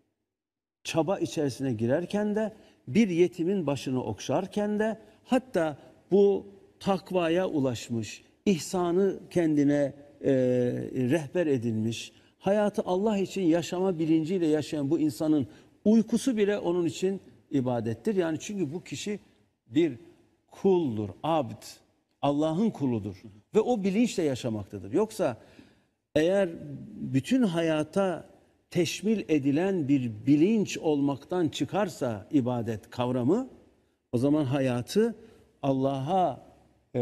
çaba içerisine girerken de, bir yetimin başını okşarken de, hatta bu takvaya ulaşmış, ihsanı kendine e, rehber edilmiş, hayatı Allah için yaşama bilinciyle yaşayan bu insanın uykusu bile onun için ibadettir. Yani çünkü bu kişi bir kuldur, abd, Allah'ın kuludur ve o bilinçle yaşamaktadır. Yoksa eğer bütün hayata teşmil edilen bir bilinç olmaktan çıkarsa ibadet kavramı, o zaman hayatı Allah'a e,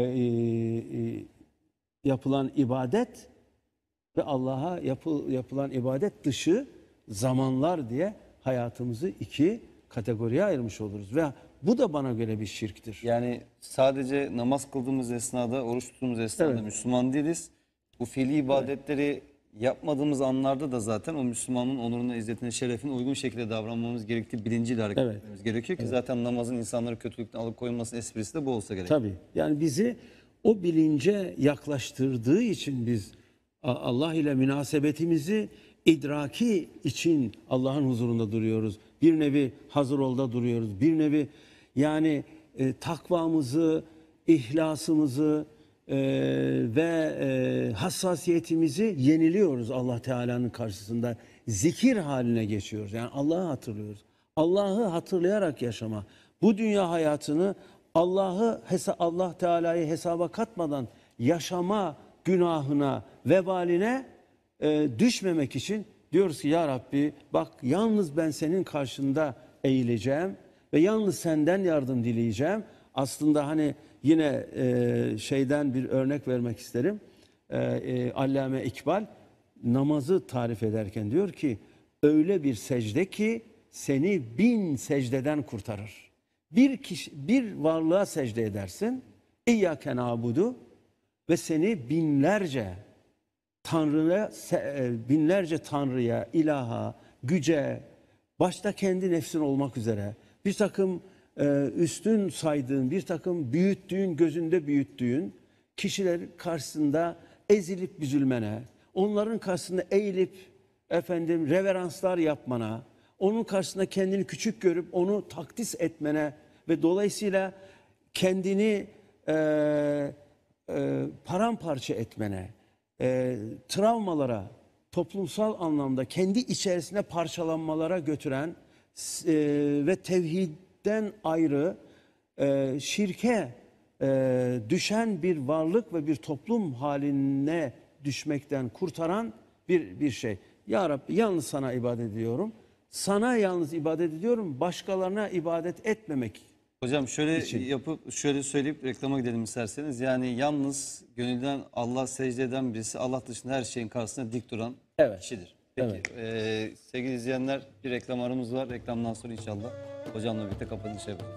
e, yapılan ibadet ve Allah'a yapı, yapılan ibadet dışı zamanlar diye hayatımızı iki kategoriye ayırmış oluruz. Ve bu da bana göre bir şirktir. Yani sadece namaz kıldığımız esnada, oruç tuttuğumuz esnada Evet. Müslüman değiliz. Bu fiili ibadetleri yapmadığımız anlarda da zaten o Müslümanın onuruna, izzetine, şerefine uygun şekilde davranmamız gerektiği bilinciyle hareket Evet. etmemiz gerekiyor ki zaten namazın insanları kötülükten alıkoymasının esprisi de bu olsa gerek. Tabii. Yani bizi o bilince yaklaştırdığı için biz A- Allah ile münasebetimizi idraki için Allah'ın huzurunda duruyoruz. Bir nevi hazır olda duruyoruz. Bir nevi yani e, takvamızı, ihlasımızı e, ve e, hassasiyetimizi yeniliyoruz Allah Teala'nın karşısında. Zikir haline geçiyoruz. Yani Allah'ı hatırlıyoruz. Allah'ı hatırlayarak yaşama. Bu dünya hayatını Allah'ı hesa- Allah Teala'yı hesaba katmadan yaşama günahına, vebaline e, düşmemek için diyoruz ki ya Rabbi bak yalnız ben senin karşında eğileceğim ve yalnız senden yardım dileyeceğim. Aslında hani yine e, şeyden bir örnek vermek isterim. E, e, Allame İkbal namazı tarif ederken diyor ki öyle bir secde ki seni bin secdeden kurtarır. Bir kişi, bir varlığa secde edersin. İyyâke na'budu ve seni binlerce Tanrı'ya, binlerce Tanrı'ya, ilaha, güce, başta kendi nefsin olmak üzere bir takım e, üstün saydığın, bir takım büyüttüğün, gözünde büyüttüğün kişiler karşısında ezilip büzülmene, onların karşısında eğilip efendim reveranslar yapmana, onun karşısında kendini küçük görüp onu takdis etmene ve dolayısıyla kendini e, e, paramparça etmene, e, travmalara, toplumsal anlamda kendi içerisine parçalanmalara götüren e, ve tevhidden ayrı e, şirke e, düşen bir varlık ve bir toplum haline düşmekten kurtaran bir bir şey. Ya Rabbi yalnız sana ibadet ediyorum. Sana yalnız ibadet ediyorum. Başkalarına ibadet etmemek. Hocam şöyle için. yapıp şöyle söyleyip reklama gidelim isterseniz. Yani yalnız gönülden Allah secde eden birisi Allah dışında her şeyin karşısında dik duran Evet. kişidir. Peki eee, sevgili izleyenler bir reklam aramız var. Reklamdan sonra inşallah hocamla birlikte kapanış yapacağız.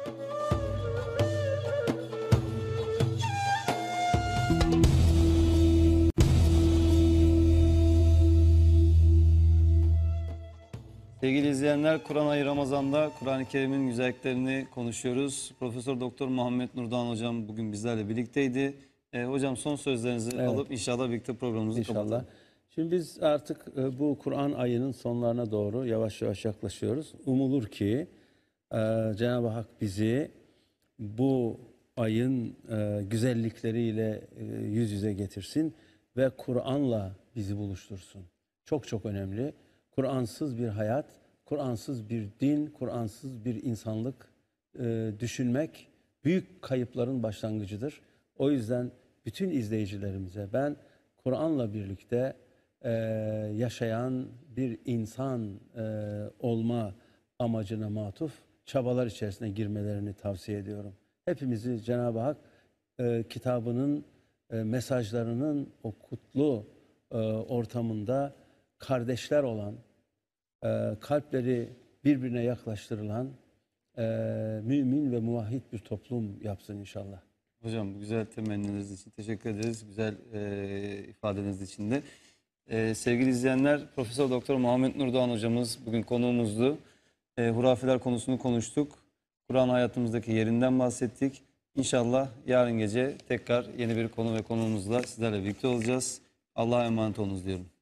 Sevgili izleyenler, Kur'an ayı Ramazan'da Kur'an-ı Kerim'in güzelliklerini konuşuyoruz. Profesör Doktor Muhammed Nurdan hocam bugün bizlerle birlikteydi. Ee, hocam son sözlerinizi Evet. alıp inşallah birlikte programımızı İnşallah. kapatalım. Şimdi biz artık e, bu Kur'an ayının sonlarına doğru yavaş yavaş yaklaşıyoruz. Umulur ki e, Cenab-ı Hak bizi bu ayın e, güzellikleriyle e, yüz yüze getirsin ve Kur'an'la bizi buluştursun. Çok çok önemli. Kur'ansız bir hayat, Kur'ansız bir din, Kur'ansız bir insanlık e, düşünmek büyük kayıpların başlangıcıdır. O yüzden bütün izleyicilerimize ben Kur'an'la birlikte e, yaşayan bir insan e, olma amacına matuf çabalar içerisine girmelerini tavsiye ediyorum. Hepimizi Cenab-ı Hak e, kitabının e, mesajlarının o kutlu e, ortamında kardeşler olan, e, kalpleri birbirine yaklaştırılan e, mümin ve muvahhid bir toplum yapsın inşallah. Hocam bu güzel temennileriniz için teşekkür ederiz. Güzel e, ifadeleriniz için de. E, sevgili izleyenler, Profesör Doktor Muhammed Nurdoğan hocamız bugün konuğumuzdu. E, hurafeler konusunu konuştuk. Kur'an hayatımızdaki yerinden bahsettik. İnşallah yarın gece tekrar yeni bir konu ve konuğumuzla sizlerle birlikte olacağız. Allah'a emanet olunuz diyorum.